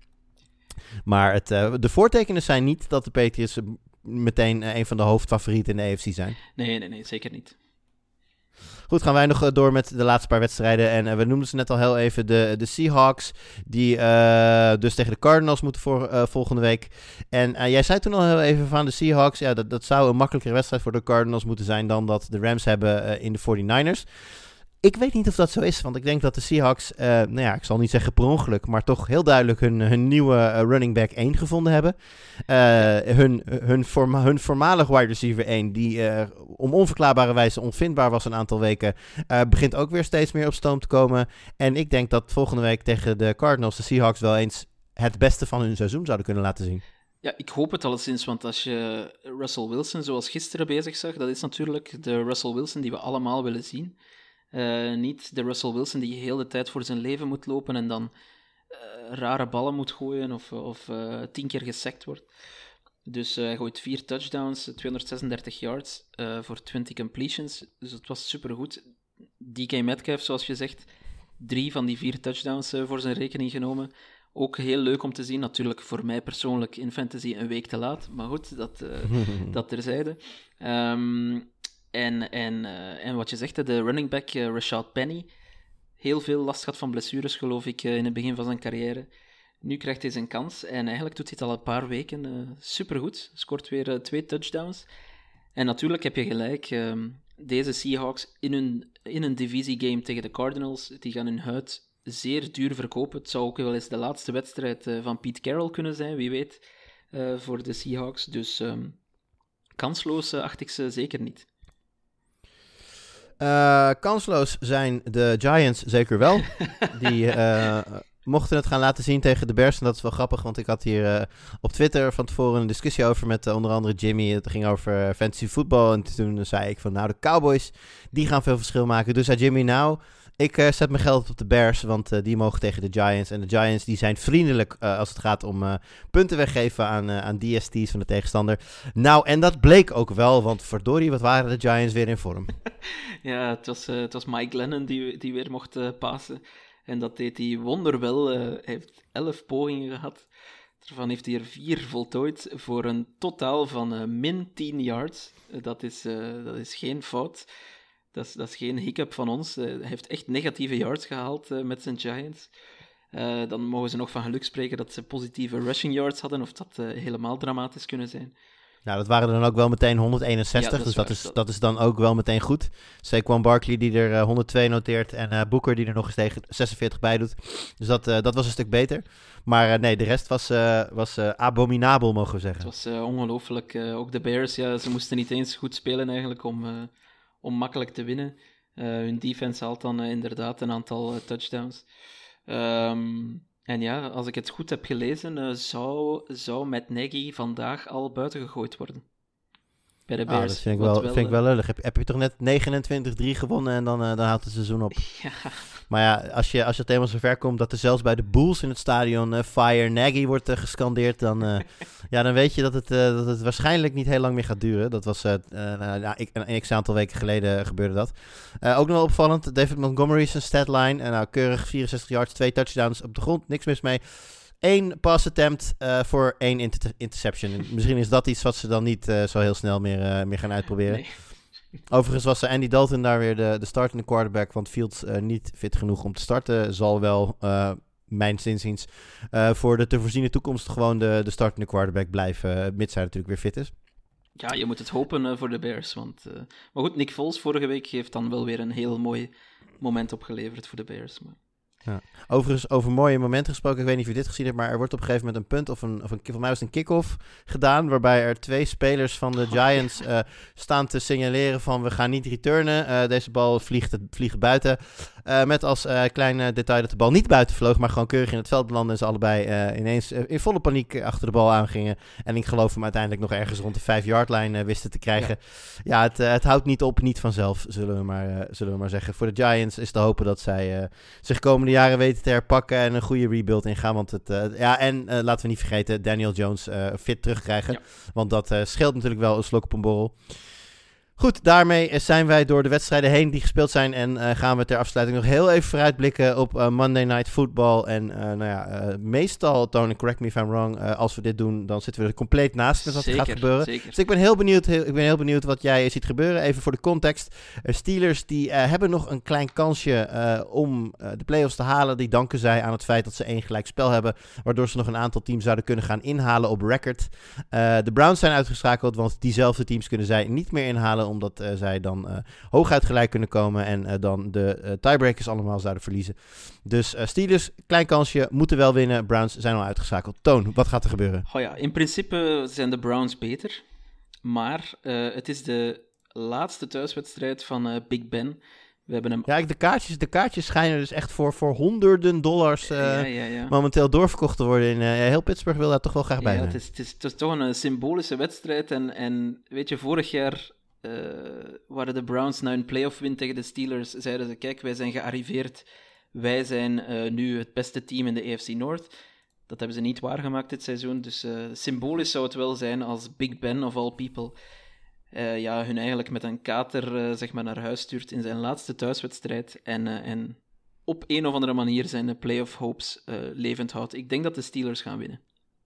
Maar het, uh, de voortekenen zijn niet dat de Patriots meteen uh, een van de hoofdfavorieten in de A F C zijn. Nee, nee, nee, zeker niet. Goed, gaan wij nog uh, door met de laatste paar wedstrijden. En uh, we noemden ze net al heel even de, de Seahawks, die uh, dus tegen de Cardinals moeten voor uh, volgende week. En uh, jij zei toen al heel even van de Seahawks, ja, dat, dat zou een makkelijkere wedstrijd voor de Cardinals moeten zijn dan dat de Rams hebben uh, in de forty-niners. Ik weet niet of dat zo is, want ik denk dat de Seahawks, uh, nou ja, ik zal niet zeggen per ongeluk, maar toch heel duidelijk hun, hun nieuwe uh, running back één gevonden hebben. Uh, hun, hun, forma- hun voormalig wide receiver één, die uh, om onverklaarbare wijze onvindbaar was een aantal weken, uh, begint ook weer steeds meer op stoom te komen. En ik denk dat volgende week tegen de Cardinals de Seahawks wel eens het beste van hun seizoen zouden kunnen laten zien. Ja, ik hoop het alleszins, want als je Russell Wilson zoals gisteren bezig zag, dat is natuurlijk de Russell Wilson die we allemaal willen zien. Uh, niet de Russell Wilson die heel de tijd voor zijn leven moet lopen en dan uh, rare ballen moet gooien of, of uh, tien keer gesackt wordt. Dus uh, hij gooit vier touchdowns, tweehonderdzesendertig yards uh, voor twintig completions. Dus het was supergoed. D K Metcalf, zoals je zegt, drie van die vier touchdowns uh, voor zijn rekening genomen. Ook heel leuk om te zien. Natuurlijk voor mij persoonlijk in fantasy een week te laat. Maar goed, dat, uh, dat terzijde. Um, en, en, uh, en wat je zegt, de running back uh, Rashad Penny. Heel veel last gehad van blessures, geloof ik, uh, in het begin van zijn carrière. Nu krijgt hij zijn kans. En eigenlijk doet hij het al een paar weken uh, supergoed. Scoort weer uh, twee touchdowns. En natuurlijk heb je gelijk. Um, deze Seahawks in hun, in een divisiegame tegen de Cardinals, die gaan hun huid zeer duur verkopen. Het zou ook wel eens de laatste wedstrijd uh, van Pete Carroll kunnen zijn, wie weet, uh, voor de Seahawks. Dus um, kansloos uh, acht ik ze zeker niet. Uh, kansloos zijn de Giants zeker wel. Die uh, mochten het gaan laten zien tegen de Bears. En dat is wel grappig, want ik had hier uh, op Twitter van tevoren een discussie over met uh, onder andere Jimmy. Het ging over uh, fantasy voetbal. En toen zei ik van, nou, de Cowboys, die gaan veel verschil maken. Dus zei Jimmy, nou, ik uh, zet mijn geld op de Bears, want uh, die mogen tegen de Giants. En de Giants die zijn vriendelijk uh, als het gaat om uh, punten weggeven aan, uh, aan D S T's van de tegenstander. Nou, en dat bleek ook wel, want verdorie, wat waren de Giants weer in vorm. Ja, het was, uh, het was Mike Glennon die, die weer mocht uh, passen. En dat deed hij wonderwel. Uh, hij heeft elf pogingen gehad. Daarvan heeft hij er vier voltooid voor een totaal van uh, min tien yards. Uh, dat, is, uh, dat is geen fout. Dat is, dat is geen hiccup van ons. Uh, hij heeft echt negatieve yards gehaald uh, met zijn Giants. Uh, dan mogen ze nog van geluk spreken dat ze positieve rushing yards hadden, of dat uh, helemaal dramatisch kunnen zijn. Nou, dat waren dan ook wel meteen honderdeenenzestig, ja, dat dus dat is, dat is dan ook wel meteen goed. Saquon Barkley die er uh, honderdtwee noteert en uh, Booker die er nog eens tegen zesenveertig bij doet. Dus dat, uh, dat was een stuk beter. Maar uh, nee, de rest was, uh, was uh, abominabel, mogen we zeggen. Het was uh, ongelooflijk. Uh, ook de Bears, ja, ze moesten niet eens goed spelen eigenlijk om, uh, om makkelijk te winnen. Uh, hun defense haalt dan uh, inderdaad een aantal uh, touchdowns. Um, En ja, als ik het goed heb gelezen, uh, zou, zou Matt Nagy vandaag al buiten gegooid worden. Bij de Bears. Ah, dat vind ik wel, wel, vind ik wel lullig. Heb, heb je toch net negenentwintig drie gewonnen en dan, uh, dan houdt het seizoen op. Ja. Maar ja, als je, als je het helemaal zover komt dat er zelfs bij de Bulls in het stadion uh, Fire Nagy wordt uh, gescandeerd, dan, uh, ja, dan weet je dat het, uh, dat het waarschijnlijk niet heel lang meer gaat duren. Dat was uh, uh, nou, ik, een x-aantal weken geleden gebeurde dat. Uh, ook nog wel opvallend, David Montgomery is een statline. Uh, nou, keurig vierenzestig yards, twee touchdowns op de grond, niks mis mee. Eén pass attempt uh, voor één inter- interception. Misschien is dat iets wat ze dan niet uh, zo heel snel meer, uh, meer gaan uitproberen. Nee. Overigens was Andy Dalton daar weer de, de startende quarterback, want Fields uh, niet fit genoeg om te starten. Zal wel, uh, mijns inziens, uh, voor de te voorziene toekomst gewoon de, de startende quarterback blijven, uh, mits hij natuurlijk weer fit is. Ja, je moet het hopen uh, voor de Bears. Want, uh, maar goed, Nick Foles vorige week heeft dan wel weer een heel mooi moment opgeleverd voor de Bears. Maar... Ja. Overigens, over mooie momenten gesproken, ik weet niet of je dit gezien hebt, maar er wordt op een gegeven moment een punt, of, een, of een, voor mij was het een kick-off gedaan, waarbij er twee spelers van de Giants uh, staan te signaleren van we gaan niet returnen, uh, deze bal vliegt, vliegt buiten. Uh, met als uh, klein uh, detail dat de bal niet buiten vloog, maar gewoon keurig in het veld belandde en ze allebei uh, ineens uh, in volle paniek achter de bal aangingen. En ik geloof hem uiteindelijk nog ergens rond de vijf-yard-lijn uh, wisten te krijgen. Ja, ja het, uh, het houdt niet op, niet vanzelf, zullen we, maar, uh, zullen we maar zeggen. Voor de Giants is te hopen dat zij uh, zich komende jaren weten te herpakken en een goede rebuild ingaan. Want het, uh, ja, en uh, laten we niet vergeten, Daniel Jones uh, fit terugkrijgen. Ja. Want dat uh, scheelt natuurlijk wel een slok op een borrel. Goed, daarmee zijn wij door de wedstrijden heen die gespeeld zijn en uh, gaan we ter afsluiting nog heel even vooruitblikken op uh, Monday Night Football. En uh, nou ja, uh, meestal, Tony, correct me if I'm wrong, uh, als we dit doen, dan zitten we er compleet naast met wat er gaat gebeuren. Zeker. Dus ik ben heel benieuwd, heel, ik ben heel benieuwd wat jij ziet gebeuren. Even voor de context. Uh, Steelers die uh, hebben nog een klein kansje uh, om uh, de playoffs te halen. Die danken zij aan het feit dat ze één gelijk spel hebben, waardoor ze nog een aantal teams zouden kunnen gaan inhalen op record. Uh, de Browns zijn uitgeschakeld, want diezelfde teams kunnen zij niet meer inhalen omdat uh, zij dan uh, hooguit gelijk kunnen komen en uh, dan de uh, tiebreakers allemaal zouden verliezen. Dus uh, Steelers, klein kansje, moeten wel winnen. Browns zijn al uitgeschakeld. Toon, wat gaat er gebeuren? Oh ja, in principe zijn de Browns beter, maar uh, het is de laatste thuiswedstrijd van uh, Big Ben. We hebben hem... Ja, de kaartjes, de kaartjes schijnen dus echt voor, voor honderden dollars uh, ja, ja, ja. momenteel doorverkocht te worden. In, uh, heel Pittsburgh wil daar toch wel graag bij ja, zijn. Het is, het, is, het is toch een symbolische wedstrijd. En, en weet je, vorig jaar uh, waren de Browns na een playoff win tegen de Steelers, zeiden ze, kijk, wij zijn gearriveerd. Wij zijn uh, nu het beste team in de A F C North. Dat hebben ze niet waargemaakt dit seizoen. Dus uh, symbolisch zou het wel zijn als Big Ben of all people... Uh, ja, hun eigenlijk met een kater uh, zeg maar naar huis stuurt in zijn laatste thuiswedstrijd en, uh, en op een of andere manier zijn de playoff hopes uh, levend houdt. Ik denk dat de Steelers gaan winnen.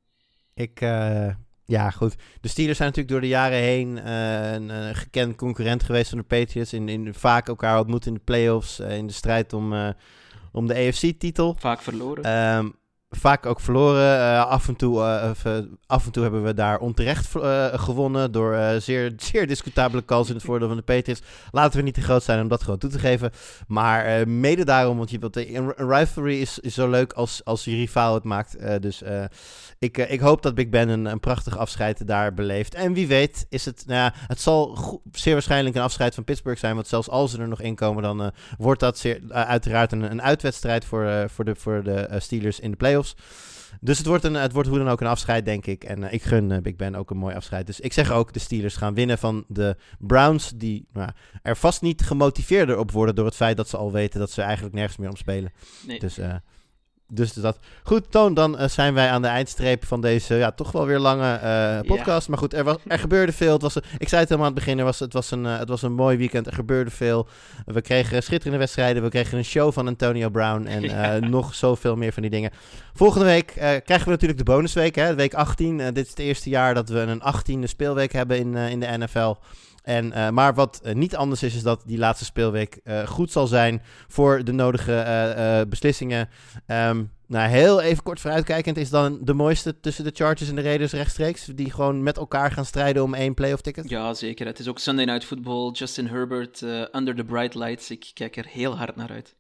Ik, uh, ja goed. De Steelers zijn natuurlijk door de jaren heen uh, een uh, gekend concurrent geweest van de Patriots. In, in, vaak elkaar ontmoet in de playoffs, uh, in de strijd om, uh, om de A F C-titel. Vaak verloren. Um, Vaak ook verloren. Uh, af, en toe, uh, of, uh, af en toe hebben we daar onterecht uh, gewonnen door uh, zeer, zeer discutabele calls in het voordeel van de Patriots. Laten we niet te groot zijn om dat gewoon toe te geven. Maar uh, mede daarom, want je wilt een, een rivalry is, is zo leuk als, als je rivaal het maakt. Uh, dus uh, ik, uh, ik hoop dat Big Ben een, een prachtig afscheid daar beleeft. En wie weet is het, nou ja, het zal go- zeer waarschijnlijk een afscheid van Pittsburgh zijn. Want zelfs als ze er nog in komen, dan uh, wordt dat zeer, uh, uiteraard een, een uitwedstrijd voor, uh, voor de, voor de uh, Steelers in de playoffs. Dus het wordt, een, het wordt hoe dan ook een afscheid, denk ik. En uh, ik gun uh, Big Ben ook een mooi afscheid. Dus ik zeg ook, de Steelers gaan winnen van de Browns, die nou, er vast niet gemotiveerder op worden door het feit dat ze al weten dat ze eigenlijk nergens meer om spelen. Nee. Dus, uh, dus dat. Goed, Toon, dan uh, zijn wij aan de eindstreep van deze ja, toch wel weer lange uh, podcast. Ja. Maar goed, er, was, er gebeurde veel. Het was, ik zei het helemaal aan het begin, er was, het, was een, uh, het was een mooi weekend. Er gebeurde veel. We kregen schitterende wedstrijden. We kregen een show van Antonio Brown en uh, ja. nog zoveel meer van die dingen. Volgende week uh, krijgen we natuurlijk de bonusweek, hè, week achttien. Uh, dit is het eerste jaar dat we een achttiende speelweek hebben in, uh, in de N F L. En, uh, maar wat uh, niet anders is, is dat die laatste speelweek uh, goed zal zijn voor de nodige uh, uh, beslissingen. Um, nou, heel even kort vooruitkijkend is dan de mooiste tussen de Chargers en de Raiders rechtstreeks, die gewoon met elkaar gaan strijden om één playoff ticket? Ja, zeker. Het is ook Sunday Night Football, Justin Herbert, uh, Under the Bright Lights. Ik kijk er heel hard naar uit.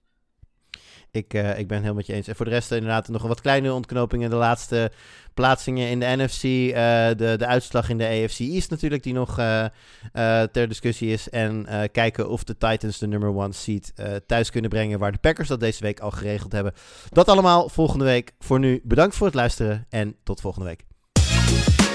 Ik, uh, ik ben het heel met je eens. En voor de rest inderdaad nog een wat kleine ontknopingen. De laatste plaatsingen in de N F C. Uh, de, de uitslag in de A F C East natuurlijk, die nog uh, uh, ter discussie is. En uh, kijken of de Titans de number one seed uh, thuis kunnen brengen, waar de Packers dat deze week al geregeld hebben. Dat allemaal volgende week. Voor nu bedankt voor het luisteren en tot volgende week.